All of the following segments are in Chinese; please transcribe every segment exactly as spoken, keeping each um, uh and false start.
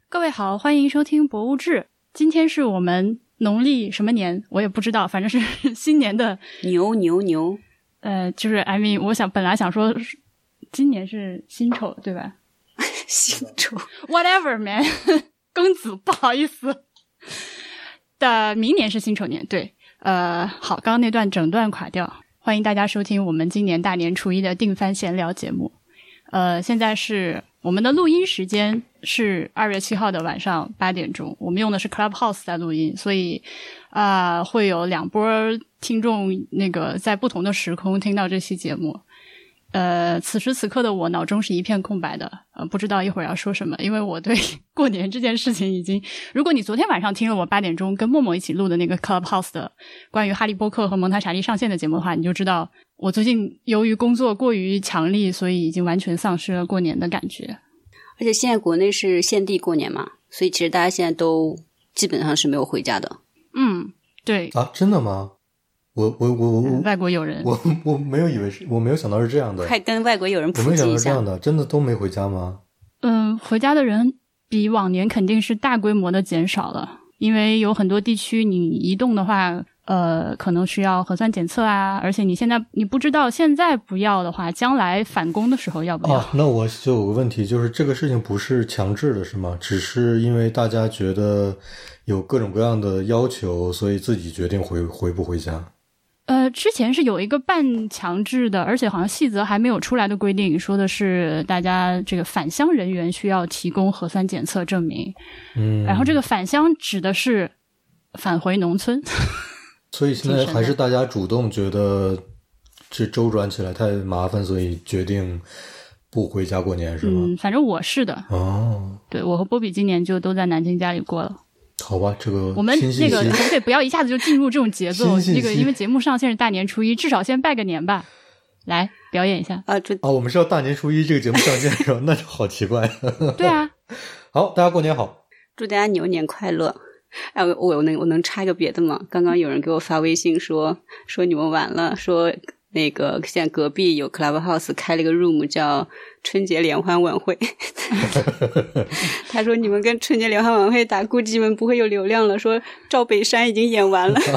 各位好，欢迎收听博物志。今天是我们农历什么年我也不知道，反正是新年的牛牛牛呃，就是 I mean 我想本来想说今年是辛丑对吧？ 辛丑 whatever man 庚子不好意思的，明年是辛丑年。对，呃，好，刚刚那段整段垮掉。欢迎大家收听我们今年大年初一的定番闲聊节目。呃，现在是我们的录音时间是二月七号的晚上八点钟，我们用的是 Clubhouse 在录音，所以啊、呃，会有两波听众那个在不同的时空听到这期节目。呃，此时此刻的我脑中是一片空白的，呃，不知道一会儿要说什么，因为我对过年这件事情已经，如果你昨天晚上听了我八点钟跟默默一起录的那个 Clubhouse 的关于哈利波特和蒙台莎莉上线的节目的话，你就知道我最近由于工作过于强力，所以已经完全丧失了过年的感觉。 而且现在国内是限地过年嘛，所以其实大家现在都基本上是没有回家的。 嗯，对啊，真的吗？我我我我、嗯、 外国友人， 我我没有以为是，我没有想到是这样的。 快跟外国友人普及一下。 我没有想到是这样的，真的都没回家吗？ 嗯，回家的人比往年肯定是大规模的减少了，因为有很多地区你移动的话，呃，可能需要核酸检测啊，而且你现在你不知道现在不要的话，将来返工的时候要不要？ 哦，那我就有个问题，就是这个事情不是强制的，是吗？只是因为大家觉得有各种各样的要求，所以自己决定回回不回家。 呃，之前是有一个半强制的，而且好像细则还没有出来的规定，说的是大家这个返乡人员需要提供核酸检测证明。嗯，然后这个返乡指的是返回农村。 所以现在还是大家主动觉得这周转起来太麻烦，所以决定不回家过年是吗？ 嗯，反正我是的。 哦， 对，我和波比今年就都在南京家里过了。 好吧，这个我们那个可不可以不要一下子就进入这种节奏？那个因为节目上线是大年初一，至少先拜个年吧。来表演一下啊！这啊，我们是要大年初一这个节目上线是吧？那就好奇怪。 对啊， 好，大家过年好， 祝大家牛年快乐。哎，我我能我能插一个别的吗？刚刚有人给我发微信说说你们完了，说那个现在隔壁有 Clubhouse 开了个 room 叫春节联欢晚会。他说你们跟春节联欢晚会打，估计你们不会有流量了，说赵北山已经演完了。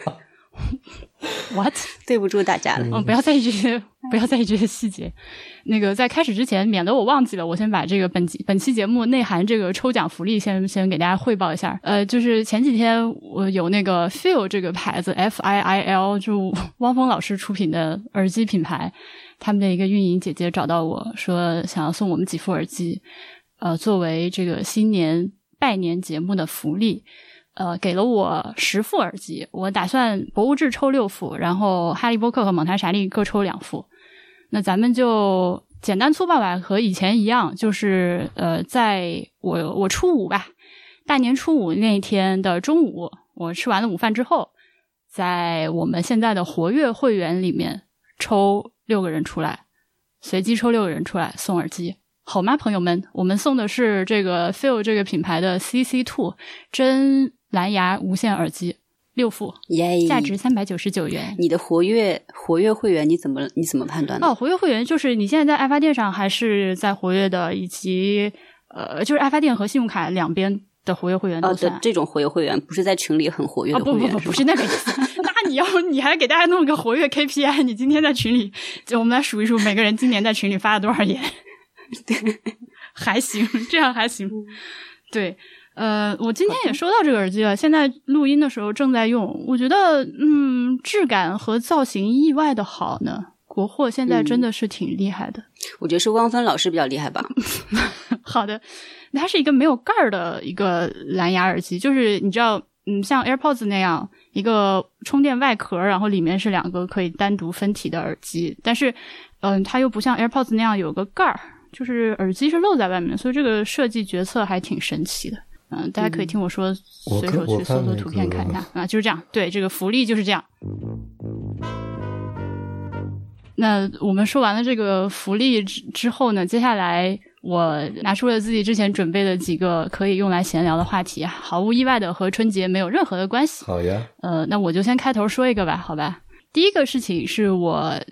What？ 对不住大家了。 嗯，不要在意这些，不要在意这些细节。那个在开始之前，免得我忘记了，我先把这个本本期节目内涵这个抽奖福利先先给大家汇报一下。呃，就是前几天我有那个 Feel 这个牌子 F I I L， 就汪峰老师出品的耳机品牌，他们的一个运营姐姐找到我说想要送我们几副耳机，呃，作为这个新年拜年节目的福利。呃，给了我十副耳机，我打算博物志抽六副，然后哈利波特和蒙台莎莉各抽两副。那咱们就简单粗暴吧，和以前一样，就是呃，在我我初五吧，大年初五那天的中午，我吃完了午饭之后，在我们现在的活跃会员里面抽六个人出来，随机抽六个人出来送耳机。好吗，朋友们？我们送的是这个 Feel 这个品牌的 C C 二 真蓝牙无线耳机六副， 耶， 价值三百九十九元。 你的活跃活跃会员你怎么你怎么判断的？ 哦，活跃会员就是你现在在爱发电上还是在活跃的，以及呃，就是爱发电和信用卡两边的活跃会员都算。 哦，这种活跃会员不是在群里很活跃的会员。 哦，不不不，不是那个意思。那你要你还给大家弄个活跃 K P I， 你今天在群里，就我们来数一数每个人今年在群里发了多少言。 对， 还行，这样还行。对，呃，我今天也收到这个耳机了，现在录音的时候正在用。我觉得，嗯，质感和造型意外的好呢。国货现在真的是挺厉害的。嗯、 我觉得是汪峰老师比较厉害吧。 好的，它是一个没有盖儿的一个蓝牙耳机，就是你知道，嗯，像 AirPods 那样一个充电外壳，然后里面是两个可以单独分体的耳机，但是，嗯、呃，它又不像 AirPods 那样有个盖儿。就是耳机是露在外面，所以这个设计决策还挺神奇的。嗯，大家可以听我说， 嗯、 随手去搜搜图片看一下、那个、啊，就是这样。对，这个福利就是这样。那我们说完了这个福利之之后呢，接下来我拿出了自己之前准备的几个可以用来闲聊的话题，毫无意外的和春节没有任何的关系。 好呀。 呃，那我就先开头说一个吧，好吧。第一个事情是我。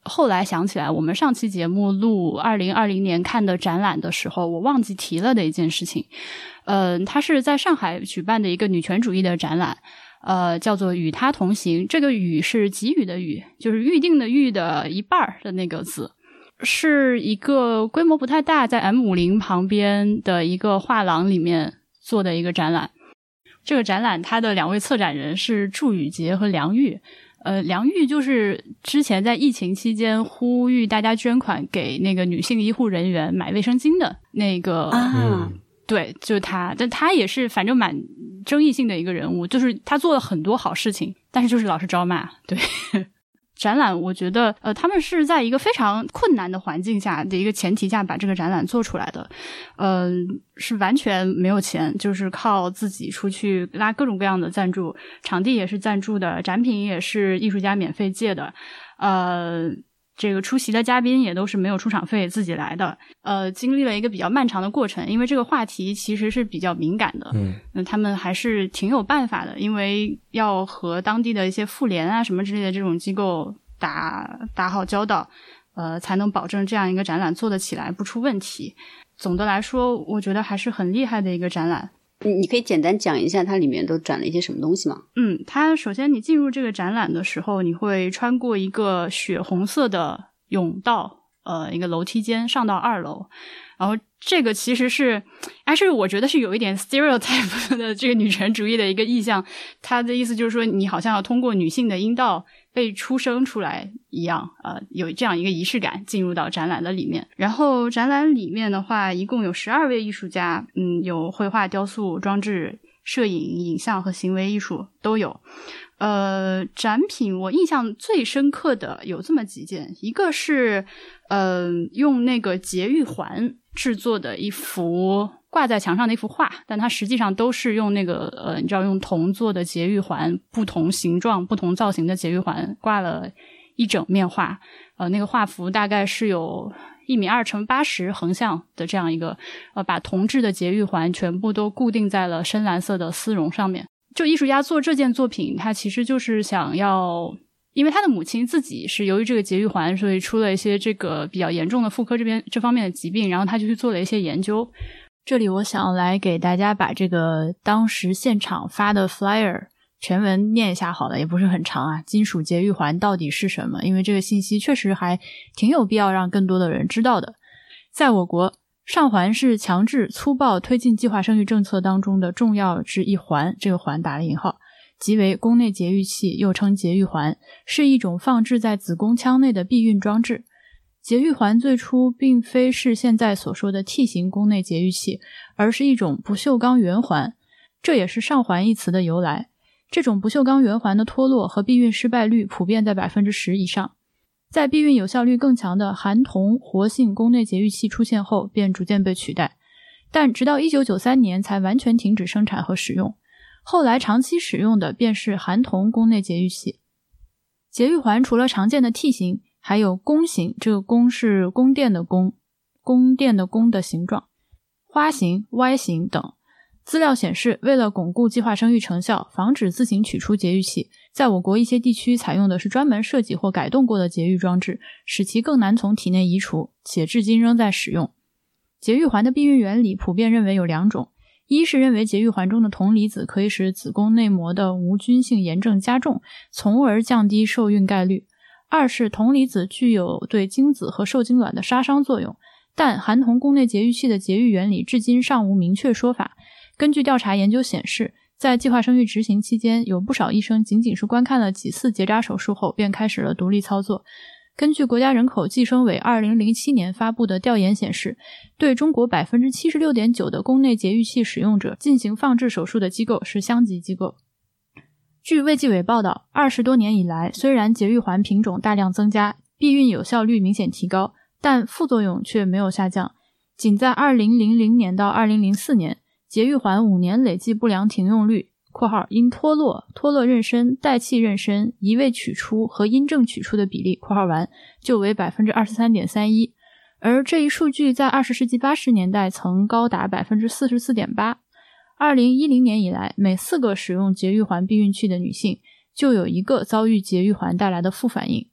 后来想起来我们上期节目录二零二零年看的展览的时候，我忘记提了的一件事情。呃，它是在上海举办的一个女权主义的展览，呃，叫做与他同行。这个与是给予的予，就是预定的预的一半的那个字，是一个规模不太大，在 M 五十 旁边的一个画廊里面做的一个展览。这个展览它的两位策展人是祝宇杰和梁玉。呃，梁玉就是之前在疫情期间呼吁大家捐款给那个女性医护人员买卫生巾的那个啊， 对，就是他，但他也是反正蛮争议性的一个人物，就是他做了很多好事情，但是就是老是招骂。对，展览我觉得呃他们是在一个非常困难的环境下的一个前提下把这个展览做出来的，呃是完全没有钱，就是靠自己出去拉各种各样的赞助，场地也是赞助的，展品也是艺术家免费借的，呃这个出席的嘉宾也都是没有出场费自己来的，呃，经历了一个比较漫长的过程，因为这个话题其实是比较敏感的， 嗯， 那他们还是挺有办法的，因为要和当地的一些妇联啊什么之类的这种机构打打好交道，呃，才能保证这样一个展览做得起来不出问题。总的来说，我觉得还是很厉害的一个展览。 你可以简单讲一下它里面都展了一些什么东西吗？ 嗯，它首先你进入这个展览的时候，你会穿过一个血红色的甬道，呃，一个楼梯间上到二楼。然后这个其实是还是我觉得是有一点 stereotype 的这个女权主义的一个意象，它的意思就是说你好像要通过女性的阴道被出生出来一样，呃，有这样一个仪式感进入到展览的里面。然后展览里面的话一共有十二位艺术家，嗯，有绘画、雕塑、装置、摄影、影像和行为艺术都有。呃，展品我印象最深刻的有这么几件，一个是呃用那个节育环制作的一幅挂在墙上的一幅画，但它实际上都是用那个呃你知道用铜做的节育环，不同形状不同造型的节育环挂了一整面画，呃那个画幅大概是有一米二乘八十横向的这样一个呃把铜制的节育环全部都固定在了深蓝色的丝绒上面。就艺术家做这件作品，他其实就是想要，因为他的母亲自己是由于这个节育环，所以出了一些这个比较严重的妇科这边这方面的疾病，然后他就去做了一些研究。这里我想来给大家把这个当时现场发的 flyer 全文念一下好了，也不是很长啊。金属节育环到底是什么？因为这个信息确实还挺有必要让更多的人知道的。在我国，上环是强制粗暴推进计划生育政策当中的重要之一环，这个环打了引号，即为宫内节育器，又称节育环，是一种放置在子宫腔内的避孕装置。节育环最初并非是现在所说的 T 型宫内节育器，而是一种不锈钢圆环，这也是上环一词的由来。这种不锈钢圆环的脱落和避孕失败率普遍在 百分之十 以上。在避孕有效率更强的含铜活性宫内节育器出现后，便逐渐被取代，但直到一九九三年才完全停止生产和使用。后来长期使用的便是含铜宫内节育器。节育环除了常见的 T 型，还有弓形，这个弓是宫殿的弓，宫殿的宫的形状，花形、Y 形等。资料显示，为了巩固计划生育成效，防止自行取出节育器，在我国一些地区采用的是专门设计或改动过的节育装置，使其更难从体内移除，且至今仍在使用。节育环的避孕原理普遍认为有两种，一是认为节育环中的铜离子可以使子宫内膜的无菌性炎症加重，从而降低受孕概率；二是铜离子具有对精子和受精卵的杀伤作用，但含铜宫内节育器的节育原理至今尚无明确说法。根据调查研究显示，在计划生育执行期间，有不少医生仅仅是观看了几次结扎手术后便开始了独立操作。根据国家人口计生委二零零七年发布的调研显示，对中国 百分之七十六点九 的宫内节育器使用者进行放置手术的机构是乡级机构。据卫计委报道，二十多年以来，虽然节育环品种大量增加，避孕有效率明显提高，但副作用却没有下降。仅在二零零零年到二零零四年，节育环五年累计不良停用率（括号因脱落、脱落妊娠、代气妊娠、移位取出和因症取出的比例（括号完）就为 百分之二十三点三一， 而这一数据在二十世纪八十年代曾高达 百分之四十四点八。 二零一零年以来，每四个使用节育环避孕器的女性就有一个遭遇节育环带来的副反应。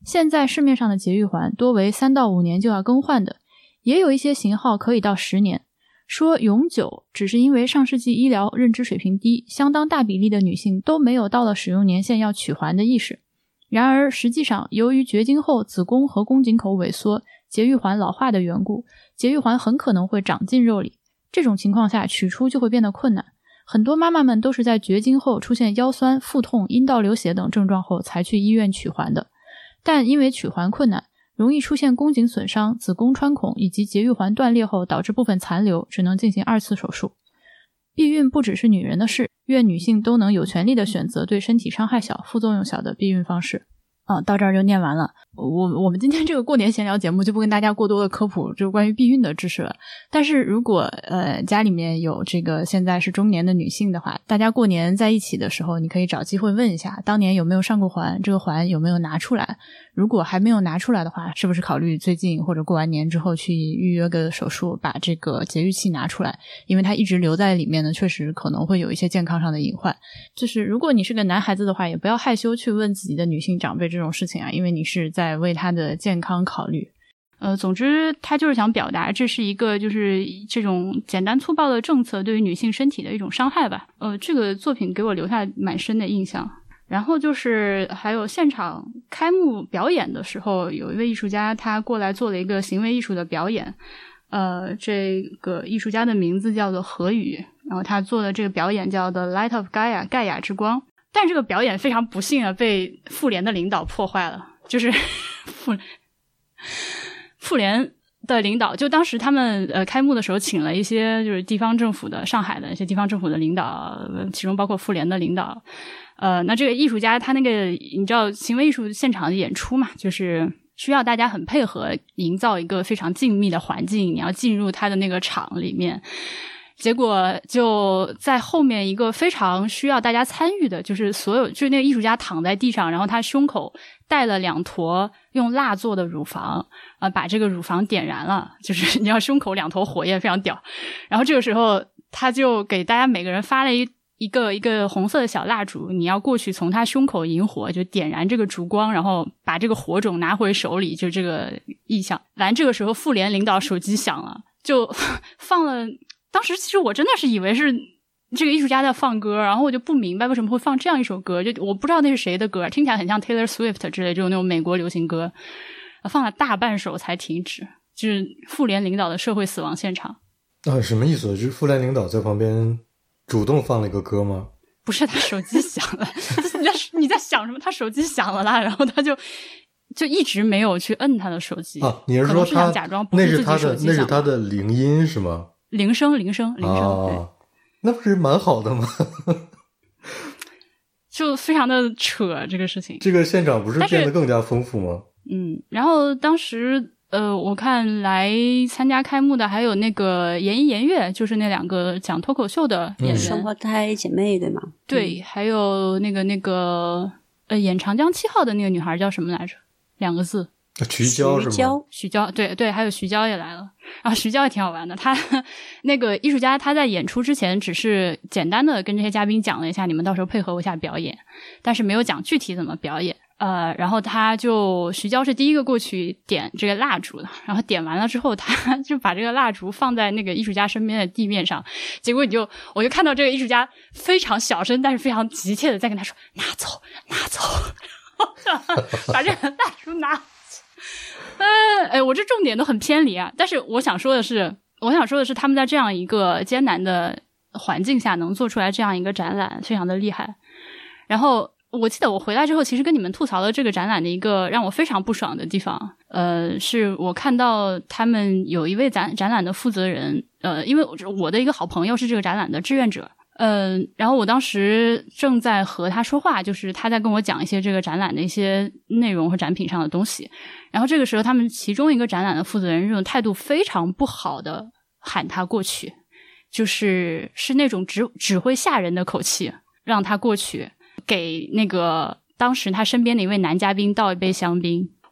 现在市面上的节育环多为三到五年就要更换的，也有一些型号可以到十年。说永久只是因为上世纪医疗认知水平低，相当大比例的女性都没有到了使用年限要取环的意识。然而实际上由于绝经后子宫和宫颈口萎缩，节育环老化的缘故，节育环很可能会长进肉里，这种情况下取出就会变得困难。很多妈妈们都是在绝经后出现腰酸、腹痛、阴道流血等症状后才去医院取环的，但因为取环困难，容易出现宫颈损伤、子宫穿孔以及节育环断裂后导致部分残留，只能进行二次手术。避孕不只是女人的事，愿女性都能有权利的选择对身体伤害小、副作用小的避孕方式。啊，到这儿就念完了。我我们今天这个过年闲聊节目就不跟大家过多的科普就是关于避孕的知识了。但是如果呃家里面有这个现在是中年的女性的话，大家过年在一起的时候，你可以找机会问一下，当年有没有上过环，这个环有没有拿出来。如果还没有拿出来的话，是不是考虑最近或者过完年之后去预约个手术，把这个节育器拿出来，因为它一直留在里面呢，确实可能会有一些健康上的隐患。就是如果你是个男孩子的话，也不要害羞去问自己的女性长辈这种事情啊，因为你是在为他的健康考虑。 呃，总之他就是想表达这是一个就是这种简单粗暴的政策对于女性身体的一种伤害吧。呃，这个作品给我留下蛮深的印象。然后就是还有现场开幕表演的时候，有一位艺术家他过来做了一个行为艺术的表演。呃，这个艺术家的名字叫做何宇，然后他做的这个表演叫 The Light of Gaia 盖亚之光。但这个表演非常不幸的被妇联的领导破坏了，就是妇妇联的领导，就当时他们呃开幕的时候请了一些就是地方政府的上海的一些地方政府的领导，其中包括妇联的领导。呃，那这个艺术家他那个你知道行为艺术现场的演出嘛，就是需要大家很配合，营造一个非常静谧的环境，你要进入他的那个场里面。结果就在后面一个非常需要大家参与的，就是所有就是那个艺术家躺在地上，然后他胸口带了两坨用蜡做的乳房，呃，把这个乳房点燃了，就是你要胸口两坨火焰非常屌。然后这个时候他就给大家每个人发了一一个一个红色的小蜡烛，你要过去从他胸口引火，就点燃这个烛光，然后把这个火种拿回手里，就这个意象。完这个时候妇联领导手机响了，就放了，当时其实我真的是以为是这个艺术家在放歌，然后我就不明白为什么会放这样一首歌，就我不知道那是谁的歌，听起来很像 Taylor Swift 之类这种那种美国流行歌，放了大半首才停止，就是妇联领导的社会死亡现场。 啊，什么意思？就是妇联领导在旁边主动放了一个歌吗？ 不是，他手机响了。你在你在想什么？他手机响了啦，然后他就就一直没有去摁他的手机啊。你是说他是想假装不是自己手机响的？ 那是他的那是他的铃音是吗？ 铃声，铃声，铃声。 啊， 对， 那不是蛮好的吗？ 就非常的扯这个事情。 这个现场不是变得更加丰富吗？ 嗯，然后当时。呃，我看来参加开幕的还有那个言一言月，就是那两个讲脱口秀的演员， 双胞胎姐妹对吗？ 对， 嗯、 还有那个那个呃演长江七号的那个女孩叫什么来着？两个字， 徐娇是吗？ 徐娇，对对，还有徐娇也来了。然后徐娇也挺好玩的，他那个艺术家他在演出之前只是简单的跟这些嘉宾讲了一下，你们到时候配合我一下表演，但是没有讲具体怎么表演。呃，然后他就徐娇是第一个过去点这个蜡烛的，然后点完了之后，他就把这个蜡烛放在那个艺术家身边的地面上，结果你就我就看到这个艺术家非常小声，但是非常急切的在跟他说拿走，拿走，把这个蜡烛拿走。呃，哎，我这重点都很偏离啊，但是我想说的是，我想说的是，他们在这样一个艰难的环境下能做出来这样一个展览，非常的厉害。然后。我记得我回来之后其实跟你们吐槽了这个展览的一个让我非常不爽的地方，呃，是我看到他们有一位展展览的负责人，呃，因为我的一个好朋友是这个展览的志愿者，嗯、呃，然后我当时正在和他说话，就是他在跟我讲一些这个展览的一些内容和展品上的东西，然后这个时候他们其中一个展览的负责人这种态度非常不好的喊他过去，就是是那种只只会吓人的口气，让他过去给那个当时他身边的一位男嘉宾倒一杯香槟。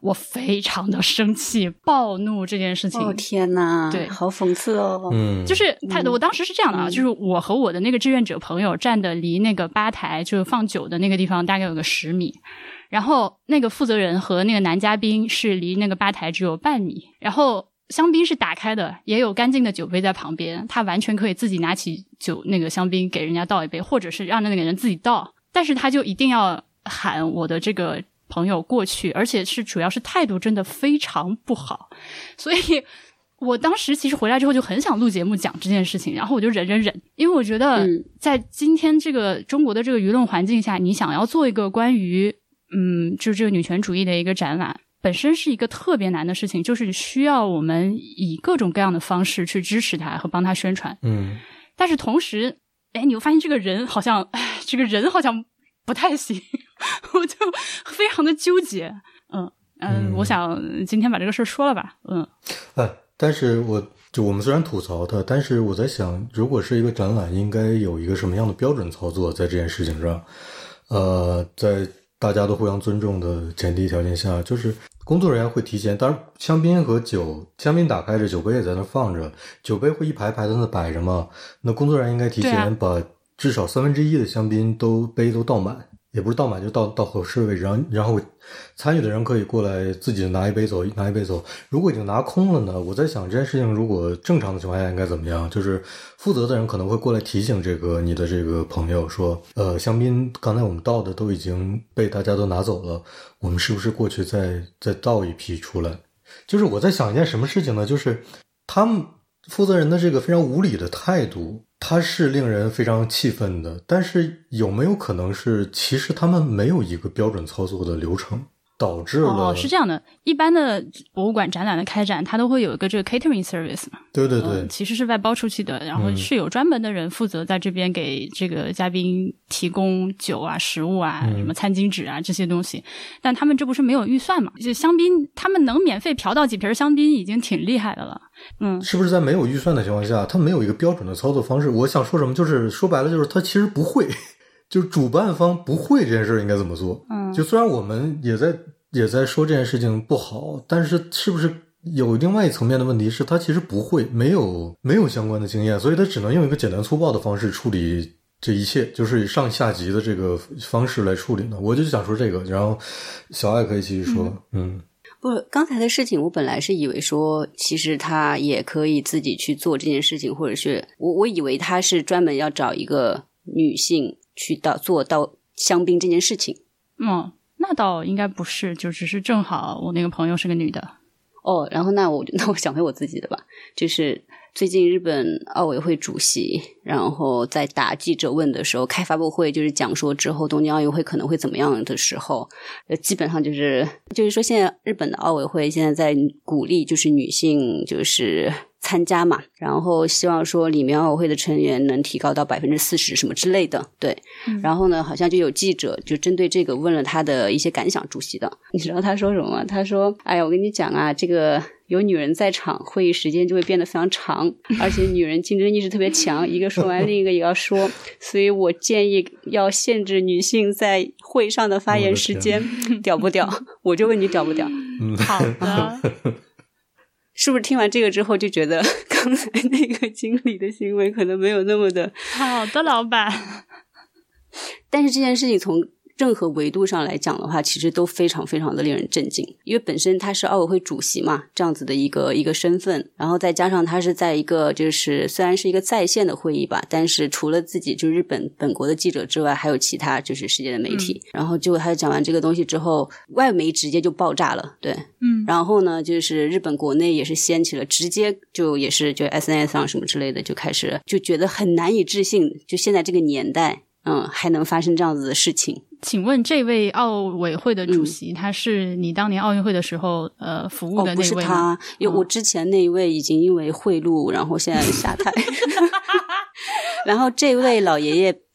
我非常的生气暴怒这件事情。 哦天哪， 对， 好讽刺哦。 嗯， 就是他我当时是这样的啊、 嗯、 就是我和我的那个志愿者朋友站的离那个吧台就是放酒的那个地方大概有个十米，然后那个负责人和那个男嘉宾是离那个吧台只有半米，然后香槟是打开的，也有干净的酒杯在旁边，他完全可以自己拿起酒那个香槟给人家倒一杯，或者是让那个人自己倒，但是他就一定要喊我的这个朋友过去，而且是主要是态度真的非常不好。所以我当时其实回来之后就很想录节目讲这件事情，然后我就忍忍忍，因为我觉得在今天这个中国的这个舆论环境下，你想要做一个关于嗯就是这个女权主义的一个展览，本身是一个特别难的事情，就是需要我们以各种各样的方式去支持它和帮它宣传。 嗯， 但是同时哎，你会发现这个人好像哎，这个人好像不太行我就非常的纠结。嗯嗯、呃，我想今天把这个事说了吧。嗯， 哎，但是我就我们虽然吐槽它，但是我在想，如果是一个展览，应该有一个什么样的标准操作在这件事情上？呃，在大家都互相尊重的前提条件下，就是工作人员会提前，当然香槟和酒，香槟打开着，酒杯也在那放着，酒杯会一排排在那摆着嘛，那工作人员应该提前把至少三分之一的香槟都杯都倒满，也不是倒满，就倒到合适的位置，然后然后参与的人可以过来自己拿一杯走，拿一杯走。如果已经拿空了呢，我在想这件事情如果正常的情况下应该怎么样，就是负责的人可能会过来提醒这个你的这个朋友说，呃，香槟刚才我们倒的都已经被大家都拿走了，我们是不是过去再再倒一批出来。就是我在想一件什么事情呢，就是他们负责人的这个非常无理的态度，它是令人非常气愤的，但是有没有可能是其实他们没有一个标准操作的流程，导致了哦，是这样的，一般的博物馆展览的开展它都会有一个这个 catering service 嘛， 对对对、 嗯、其实是外包出去的，然后是有专门的人负责在这边给这个嘉宾提供酒啊食物啊、嗯、什么餐巾纸啊这些东西，但他们这不是没有预算嘛，就香槟他们能免费嫖到几瓶香槟已经挺厉害的了。嗯， 是不是在没有预算的情况下他没有一个标准的操作方式？我想说什么就是说白了就是他其实不会，就是主办方不会这件事应该怎么做。 嗯， 就虽然我们也在也在说这件事情不好，但是是不是有另外一层面的问题是他其实不会，没有没有相关的经验，所以他只能用一个简单粗暴的方式处理这一切，就是以上下级的这个方式来处理呢。我就想说这个，然后小爱可以继续说。嗯，嗯不，刚才的事情我本来是以为说其实他也可以自己去做这件事情，或者是我我以为他是专门要找一个女性去到做到香槟这件事情。 嗯，那倒应该不是，就只是正好我那个朋友是个女的。 哦，然后那我那我讲回我自己的吧，就是最近日本奥委会主席然后在答记者问的时候开发布会，就是讲说之后东京奥运会可能会怎么样的时候，呃，基本上就是就是说现在日本的奥委会现在在鼓励就是女性就是参加嘛，然后希望说里面奥委会的成员能提高到百分之四十什么之类的，对、嗯、然后呢好像就有记者就针对这个问了他的一些感想，主席的，你知道他说什么吗？他说哎呀我跟你讲啊，这个有女人在场会议时间就会变得非常长，而且女人竞争意识特别强，一个说完另一个也要说，所以我建议要限制女性在会上的发言时间。屌不屌？我就问你屌不屌？ 嗯， 好的。 是不是听完这个之后就觉得刚才那个经理的行为可能没有那么的好的老板？ 但是这件事情从任何维度上来讲的话，其实都非常非常的令人震惊，因为本身他是奥委会主席嘛，这样子的一个一个身份，然后再加上他是在一个就是虽然是一个在线的会议吧，但是除了自己就日本本国的记者之外，还有其他就是世界的媒体、嗯、然后就他讲完这个东西之后，外媒直接就爆炸了，对， 嗯， 然后呢就是日本国内也是掀起了，直接就也是就 S N S 上什么之类的就开始就觉得很难以置信，就现在这个年代嗯，还能发生这样子的事情。 请问这位奥委会的主席、嗯、他是你当年奥运会的时候呃服务的那位吗？哦，不是他， 因为我之前那一位已经因为贿赂然后现在下台然后这位老爷爷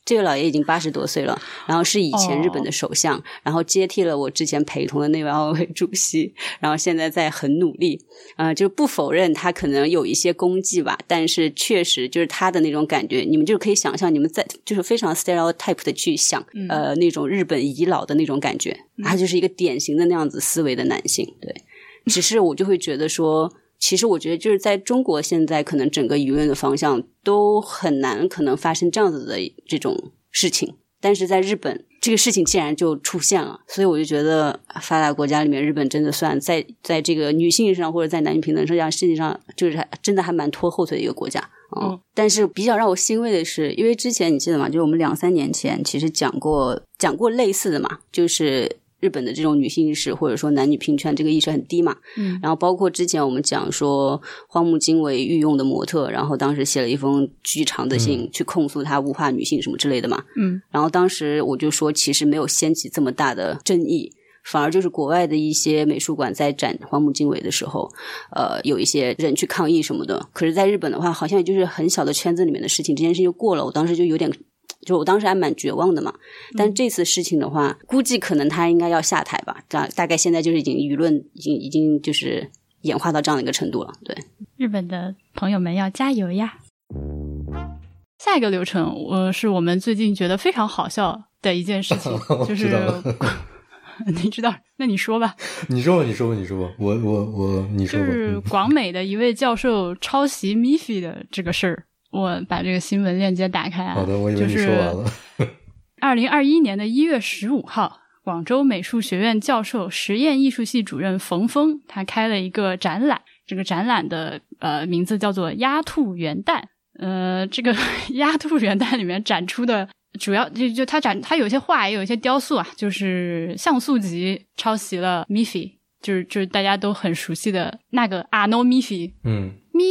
这位老爷已经八十多岁了，然后是以前日本的首相，哦、然后接替了我之前陪同的那位奥委会主席，然后现在在很努力，呃，就不否认他可能有一些功绩吧，但是确实就是他的那种感觉，你们就可以想象，你们在就是非常 stereotype 的去想，嗯、呃，那种日本遗老的那种感觉，嗯、他就是一个典型的那样子思维的男性，对。只是我就会觉得说，其实我觉得就是在中国现在可能整个舆论的方向都很难可能发生这样子的这种事情，但是在日本这个事情竟然就出现了，所以我就觉得发达国家里面日本真的算在在这个女性上或者在男女平等这样事情上就是真的还蛮拖后腿的一个国家。嗯，嗯但是比较让我欣慰的是，因为之前你记得吗，就是我们两三年前其实讲过讲过类似的嘛，就是日本的这种女性意识或者说男女平权这个意识很低嘛，嗯，然后包括之前我们讲说荒木经惟御用的模特，然后当时写了一封巨长的信、嗯、去控诉他物化女性什么之类的嘛，嗯，然后当时我就说其实没有掀起这么大的争议，反而就是国外的一些美术馆在展荒木经惟的时候，呃，有一些人去抗议什么的，可是在日本的话好像也就是很小的圈子里面的事情，这件事情就过了，我当时就有点就我当时还蛮绝望的嘛，但这次事情的话、嗯、估计可能他应该要下台吧，大大概现在就是已经舆论已经已经就是演化到这样的一个程度了。对， 日本的朋友们要加油呀。下一个流程我是我们最近觉得非常好笑的一件事情就是你知道，那你说吧。 你说吧，你说吧，你说吧。我我我，你说吧。 就是广美的一位教授抄袭 Miffy 的这个事儿。我把这个新闻链接打开啊。 好的，我以为你说完了。 二零二一年的一月十五号，广州美术学院教授、实验艺术系主任冯峰，他开了一个展览。这个展览的呃名字叫做“鸭兔元旦”。呃，这个鸭兔元旦里面展出的主要就就他展他有些画也有一些雕塑啊，就是像素级抄袭了 Miffy， 就是就是大家都很熟悉的那个 Arno Miffy。嗯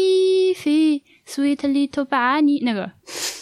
，Miffy。Sweet little bunny 那个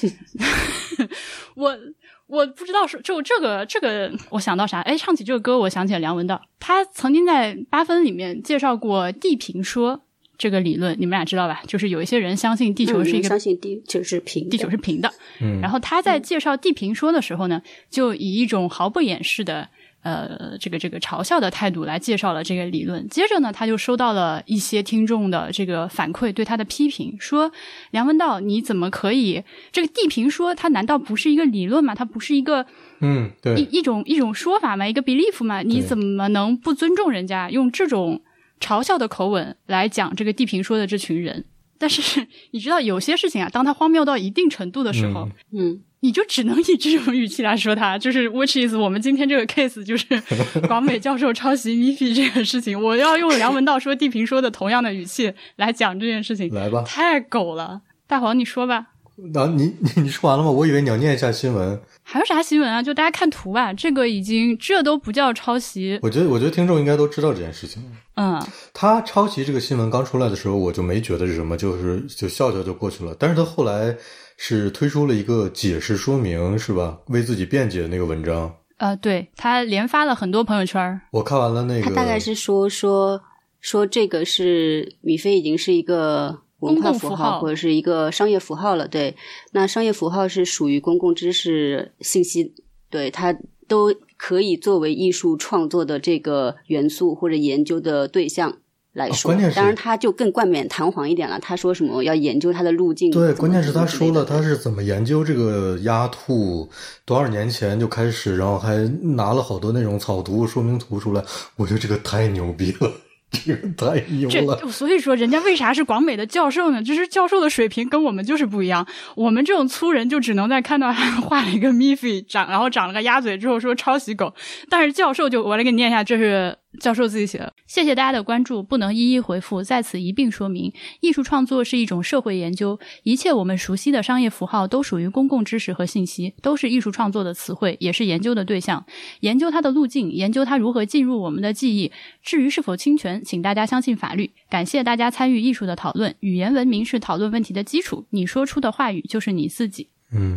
我我不知道说就这个这个我想到啥，哎，唱起这个歌我想起了梁文道，他曾经在八分里面介绍过地平说这个理论，你们俩知道吧？就是有一些人相信地球是一个、嗯、 相信地球是平的， 地球是平的。嗯，然后他在介绍地平说的时候呢，就以一种毫不掩饰的呃，这个这个嘲笑的态度来介绍了这个理论。接着呢，他就收到了一些听众的这个反馈，对他的批评，说梁文道你怎么可以这个地平说它难道不是一个理论吗？它不是一个嗯对一一种一种说法吗？一个 belief 吗？你怎么能不尊重人家，用这种嘲笑的口吻来讲这个地平说的这群人？但是你知道有些事情啊，当它荒谬到一定程度的时候，嗯。嗯你就只能以这种语气来说他，就是 which is 我们今天这个 case 就是广美教授抄袭 Miffy 这个事情，我要用梁文道说地平说的同样的语气来讲这件事情， 来吧， 太狗了。大黄你说吧。 啊，你你你说完了吗？我以为你要念一下新闻。 还有啥新闻啊？就大家看图吧，这个已经这都不叫抄袭。 我觉得我觉得听众应该都知道这件事情。 嗯， 他抄袭这个新闻刚出来的时候，我就没觉得是什么，就是就笑笑就过去了。但是他后来是推出了一个解释说明，是吧？为自己辩解的那个文章。 呃，对，他连发了很多朋友圈。 我看完了那个， 他大概是说说说这个是米菲已经是一个文化符号或者是一个商业符号了，对。那商业符号是属于公共知识信息，对，它都可以作为艺术创作的这个元素或者研究的对象来说。 哦、关键是当然他就更冠冕堂皇一点了，他说什么要研究它的路径。 对，关键是他说了他是怎么研究这个鸭兔，多少年前就开始，然后还拿了好多那种草图说明图出来，我觉得这个太牛逼了。这个太牛了， 所以说人家为啥是广美的教授呢？就是教授的水平跟我们就是不一样，我们这种粗人就只能在看到他画了一个 Miffy 长，然后长了个鸭嘴之后说抄袭狗，但是教授就我来给你念一下，这是教授自己写的。谢谢大家的关注，不能一一回复，在此一并说明，艺术创作是一种社会研究，一切我们熟悉的商业符号都属于公共知识和信息，都是艺术创作的词汇，也是研究的对象，研究它的路径，研究它如何进入我们的记忆，至于是否侵权，请大家相信法律。感谢大家参与艺术的讨论，语言文明是讨论问题的基础，你说出的话语就是你自己。 嗯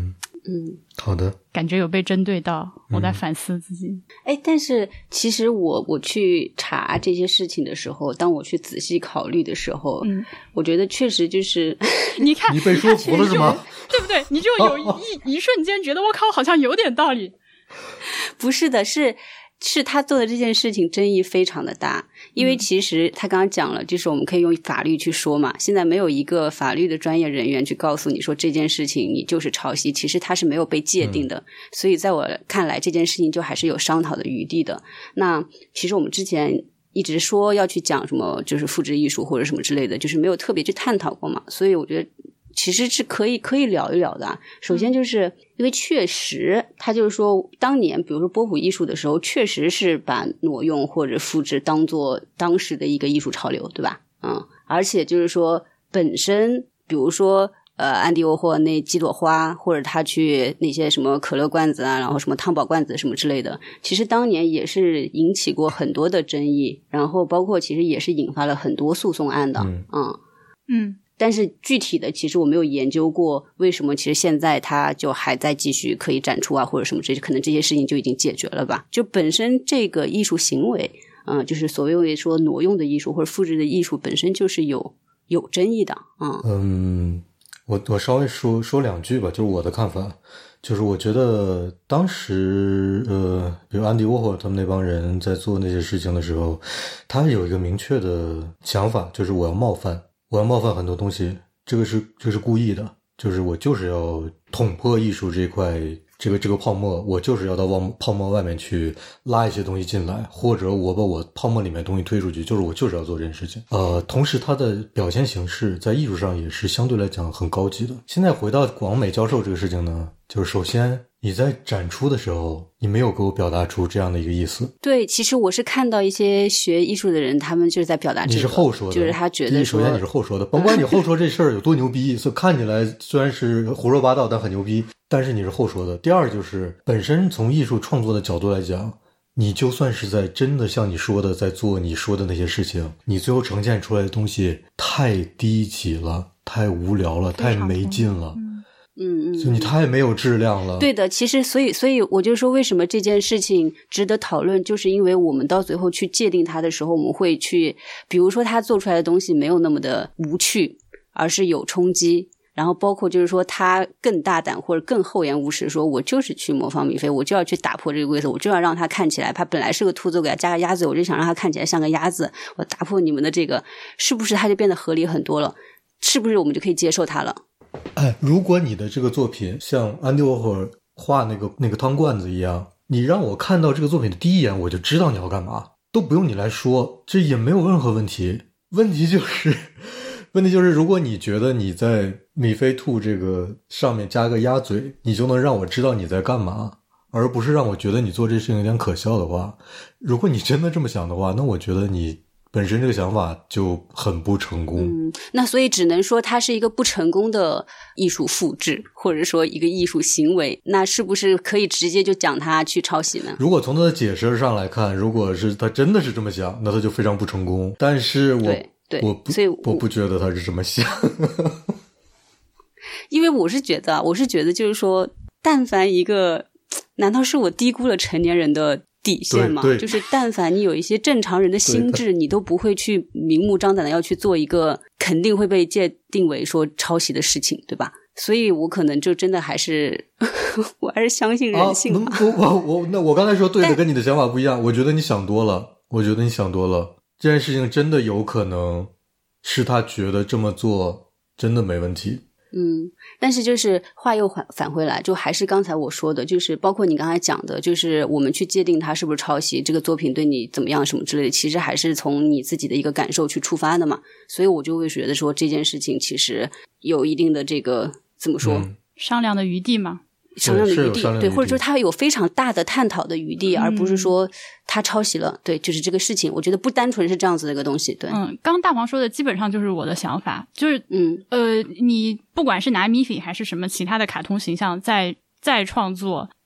嗯， 好的， 感觉有被针对到，我在反思自己。 哎、嗯，但是其实我我去查这些事情的时候，当我去仔细考虑的时候，嗯，我觉得确实就是你看你被说服了是吗？ 对不对？你就有一、哦、一瞬间觉得我靠，好像有点道理。 不是的，是是他做的这件事情争议非常的大，因为其实他刚刚讲了，就是我们可以用法律去说嘛，现在没有一个法律的专业人员去告诉你说这件事情你就是抄袭，其实它是没有被界定的、嗯、所以在我看来这件事情就还是有商讨的余地的。那其实我们之前一直说要去讲什么就是复制艺术或者什么之类的，就是没有特别去探讨过嘛，所以我觉得其实是可以可以聊一聊的、啊。首先就是因为确实他就是说当年比如说波普艺术的时候确实是把挪用或者复制当做当时的一个艺术潮流，对吧？嗯，而且就是说本身比如说呃安迪沃霍那几朵花，或者他去那些什么可乐罐子啊，然后什么汤宝罐子什么之类的，其实当年也是引起过很多的争议，然后包括其实也是引发了很多诉讼案的。嗯嗯嗯但是具体的其实我没有研究过为什么其实现在它就还在继续可以展出啊或者什么，这可能这些事情就已经解决了吧。就本身这个艺术行为嗯、呃，就是所谓说挪用的艺术或者复制的艺术本身就是有有争议的。嗯嗯，我我稍微说说两句吧，就是我的看法，就是我觉得当时呃，比如安迪沃霍他们那帮人在做那些事情的时候，他有一个明确的想法，就是我要冒犯我要冒犯很多东西，这个是这个是故意的，就是我就是要捅破艺术这一块这个这个泡沫，我就是要到往泡沫外面去拉一些东西进来，或者我把我泡沫里面的东西推出去，就是我就是要做这件事情。呃，同时它的表现形式在艺术上也是相对来讲很高级的。现在回到广美教授这个事情呢，就是首先你在展出的时候你没有给我表达出这样的一个意思。 对，其实我是看到一些学艺术的人他们就是在表达这个， 你是后说的， 就是他觉得说首先你是后说的，甭管你后说这事儿有多牛逼所以看起来虽然是胡说八道但很牛逼，但是你是后说的。第二就是本身从艺术创作的角度来讲，你就算是在真的像你说的在做你说的那些事情，你最后呈现出来的东西太低级了，太无聊了，太没劲了， 嗯嗯， 就你太没有质量了。 对的，其实所以所以我就说为什么这件事情值得讨论，就是因为我们到最后去界定它的时候，我们会去比如说他做出来的东西没有那么的无趣，而是有冲击，然后包括就是说他更大胆或者更厚颜无耻，说我就是去模仿米菲，我就要去打破这个规则，我就要让他看起来他本来是个兔子，我给他加个鸭子，我就想让他看起来像个鸭子，我打破你们的这个，是不是他就变得合理很多了？是不是我们就可以接受他了？ 哎，如果你的这个作品像安迪沃霍画那个那个汤罐子一样，你让我看到这个作品的第一眼我就知道你要干嘛，都不用你来说，这也没有任何问题。问题就是问题就是如果你觉得你在米菲兔这个上面加个鸭嘴你就能让我知道你在干嘛，而不是让我觉得你做这事情有点可笑的话，如果你真的这么想的话，那我觉得你本身这个想法就很不成功。 嗯，那所以只能说它是一个不成功的艺术复制，或者说一个艺术行为，那是不是可以直接就讲它去抄袭呢？ 如果从他的解释上来看，如果是他真的是这么想，那他就非常不成功。但是我对对我不所以我不觉得他是这么想。 因为我是觉得我是觉得就是说但凡一个，难道是我低估了成年人的底线嘛？就是但凡你有一些正常人的心智，你都不会去明目张胆的要去做一个肯定会被界定为说抄袭的事情，对吧？所以我可能就真的还是我还是相信人性吧。 啊、我我我那我刚才说对的跟你的想法不一样，我觉得你想多了，我觉得你想多了。这件事情真的有可能是他觉得这么做真的没问题。 嗯，但是就是话又返返回来，就还是刚才我说的，就是包括你刚才讲的，就是我们去界定它是不是抄袭，这个作品对你怎么样什么之类的，其实还是从你自己的一个感受去出发的嘛。所以我就会觉得说这件事情其实有一定的这个怎么说、嗯、 商量的余地嘛。 商量的余地， 对， 对，或者说它有非常大的探讨的余地、嗯、而不是说它抄袭了，对，就是这个事情我觉得不单纯是这样子的一个东西。对， 嗯，刚大黄说的基本上就是我的想法，就是嗯呃，你不管是拿米菲还是什么其他的卡通形象再再创作，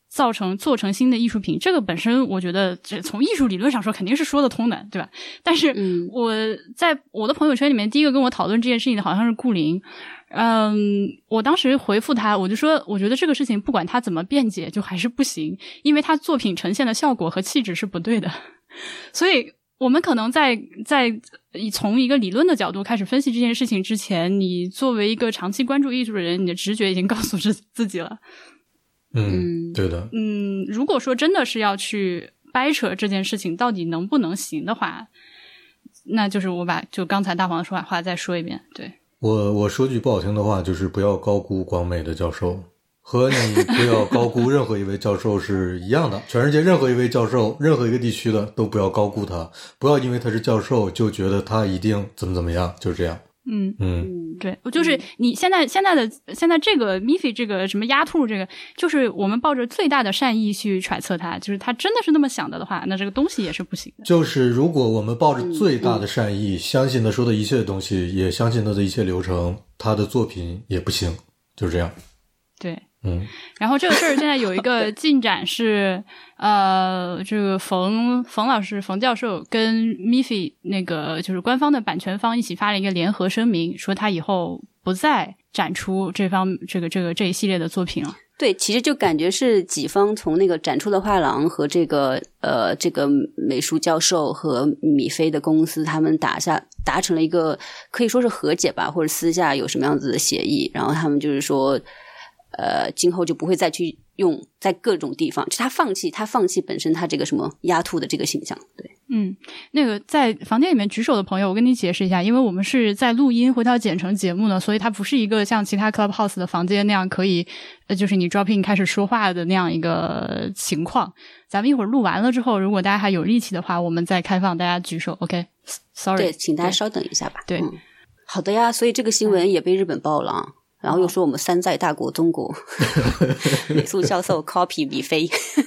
造成做成新的艺术品，这个本身我觉得这从艺术理论上说肯定是说得通的，对吧？但是我在我的朋友圈里面第一个跟我讨论这件事情的好像是顾林。嗯，我当时回复他，我就说我觉得这个事情不管他怎么辩解就还是不行，因为他作品呈现的效果和气质是不对的。所以我们可能在在从一个理论的角度开始分析这件事情之前，你作为一个长期关注艺术的人，你的直觉已经告诉自自己了。 嗯，对的。 嗯，如果说真的是要去掰扯这件事情到底能不能行的话，那就是我把就刚才大黄说话再说一遍。对， 我我说句不好听的话，就是不要高估广美的教授，和你不要高估任何一位教授是一样的。全世界任何一位教授，任何一个地区的都不要高估他，不要因为他是教授就觉得他一定怎么怎么样，就是这样。 嗯嗯， 对，就是你现在现在的现在这个 Miffy 这个什么丫兔这个，就是我们抱着最大的善意去揣测它，就是他真的是那么想的的话，那这个东西也是不行的。 就是如果我们抱着最大的善意，嗯嗯、相信他说的一切东西，也相信他的一切流程，他的作品也不行，就是这样。 对。 嗯， 然后这个事儿现在有一个进展是，呃，这个冯冯老师冯教授跟 Miffy 那个就是官方的版权方一起发了一个联合声明，说他以后不再展出这方这个这个这一系列的作品了。 对，其实就感觉是几方从那个展出的画廊和这个呃这个美术教授和米菲的公司，他们打下达成了一个可以说是和解吧，或者私下有什么样子的协议，然后他们就是说。呃，今后就不会再去用在各种地方，就他放弃，他放弃本身他这个什么丫兔的这个形象。对， 嗯，那个在房间里面举手的朋友，我跟你解释一下，因为我们是在录音，回头剪成节目呢，所以它不是一个像其他 Clubhouse 的房间那样可以，呃，就是你 drop in 开始说话的那样一个情况。咱们一会儿录完了之后，如果大家还有力气的话，我们再开放大家举手。OK，Sorry，、okay? 对，请大家稍等一下吧。 对， 嗯、好的呀，所以这个新闻也被日本报了啊。然后又说我们山寨大国中国美术教授 copy 米菲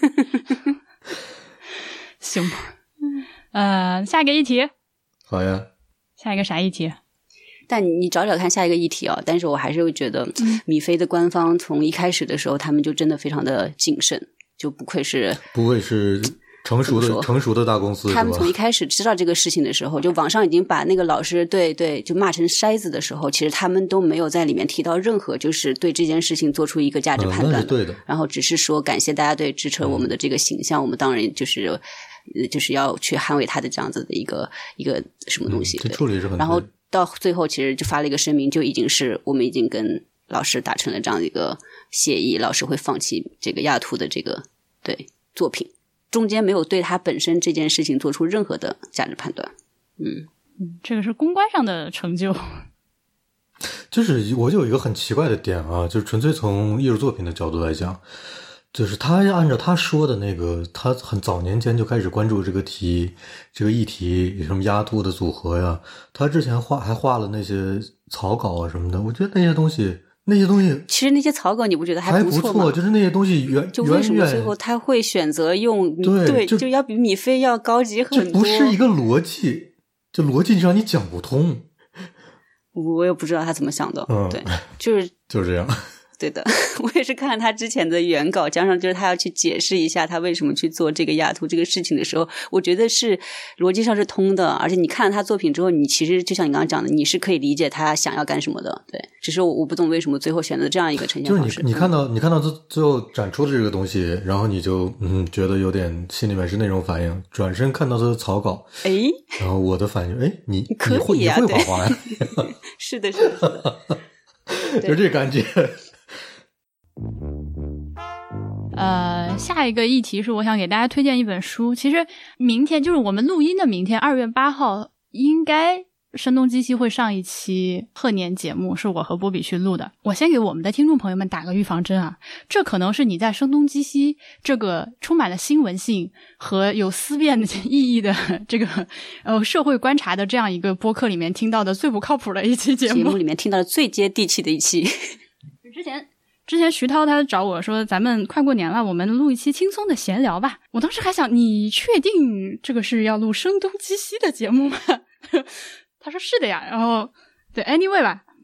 行吧。呃，下一个议题。 好呀。 下一个啥议题？ 但你找找看下一个议题啊！但是我还是会觉得米菲的官方从一开始的时候他们就真的非常的谨慎，就不愧是不愧是成熟的成熟的大公司。 他们从一开始知道这个事情的时候，就网上已经把那个老师对对就骂成筛子的时候，其实他们都没有在里面提到任何就是对这件事情做出一个价值判断的、嗯、 那是对的。 然后只是说感谢大家对支持我们的这个形象、嗯、我们当然就是就是要去捍卫他的这样子的一个一个什么东西、 嗯、这处理是很对。 然后到最后其实就发了一个声明，就已经是我们已经跟老师达成了这样一个协议，老师会放弃这个亚图的这个对作品，中间没有对他本身这件事情做出任何的价值判断。嗯嗯，这个是公关上的成就。 就是我就有一个很奇怪的点啊，就是纯粹从艺术作品的角度来讲，就是他按照他说的那个，他很早年间就开始关注这个题这个议题，有什么丫兔的组合呀，他之前画还画了那些草稿啊什么的，我觉得那些东西那些东西其实那些草稿你不觉得还不错吗？ 还不错，就是那些东西远就为什么最后他会选择用对对就, 就要比米菲要高级很多， 这不是一个逻辑，就逻辑上你讲不通。 我也不知道他怎么想的。 嗯， 对，就是就是这样。 对的，我也是看了他之前的原稿，加上就是他要去解释一下他为什么去做这个亚图这个事情的时候，我觉得是逻辑上是通的，而且你看了他作品之后，你其实就像你刚刚讲的，你是可以理解他想要干什么的。对，只是我我不懂为什么最后选择这样一个呈现方式。 就是你你看到、嗯、你看到最最后展出的这个东西，然后你就嗯觉得有点心里面是那种反应，转身看到他的草稿， 哎， 然后我的反应，哎，你你可以啊， 你会画画呀？ 是的，是的，是的就这感觉。 呃，下一个议题是我想给大家推荐一本书。其实明天就是我们录音的明天，二月八号，应该声东击西会上一期贺年节目，是我和波比去录的。我先给我们的听众朋友们打个预防针啊，这可能是你在声东击西这个充满了新闻性和有思辨意义的这个呃社会观察的这样一个播客里面听到的最不靠谱的一期节目， 节目里面听到的最接地气的一期。 之前之前徐涛他找我说咱们快过年了，我们录一期轻松的闲聊吧。我当时还想，你确定这个是要录声东击西的节目吗？他说是的呀。然后对 anyway 吧，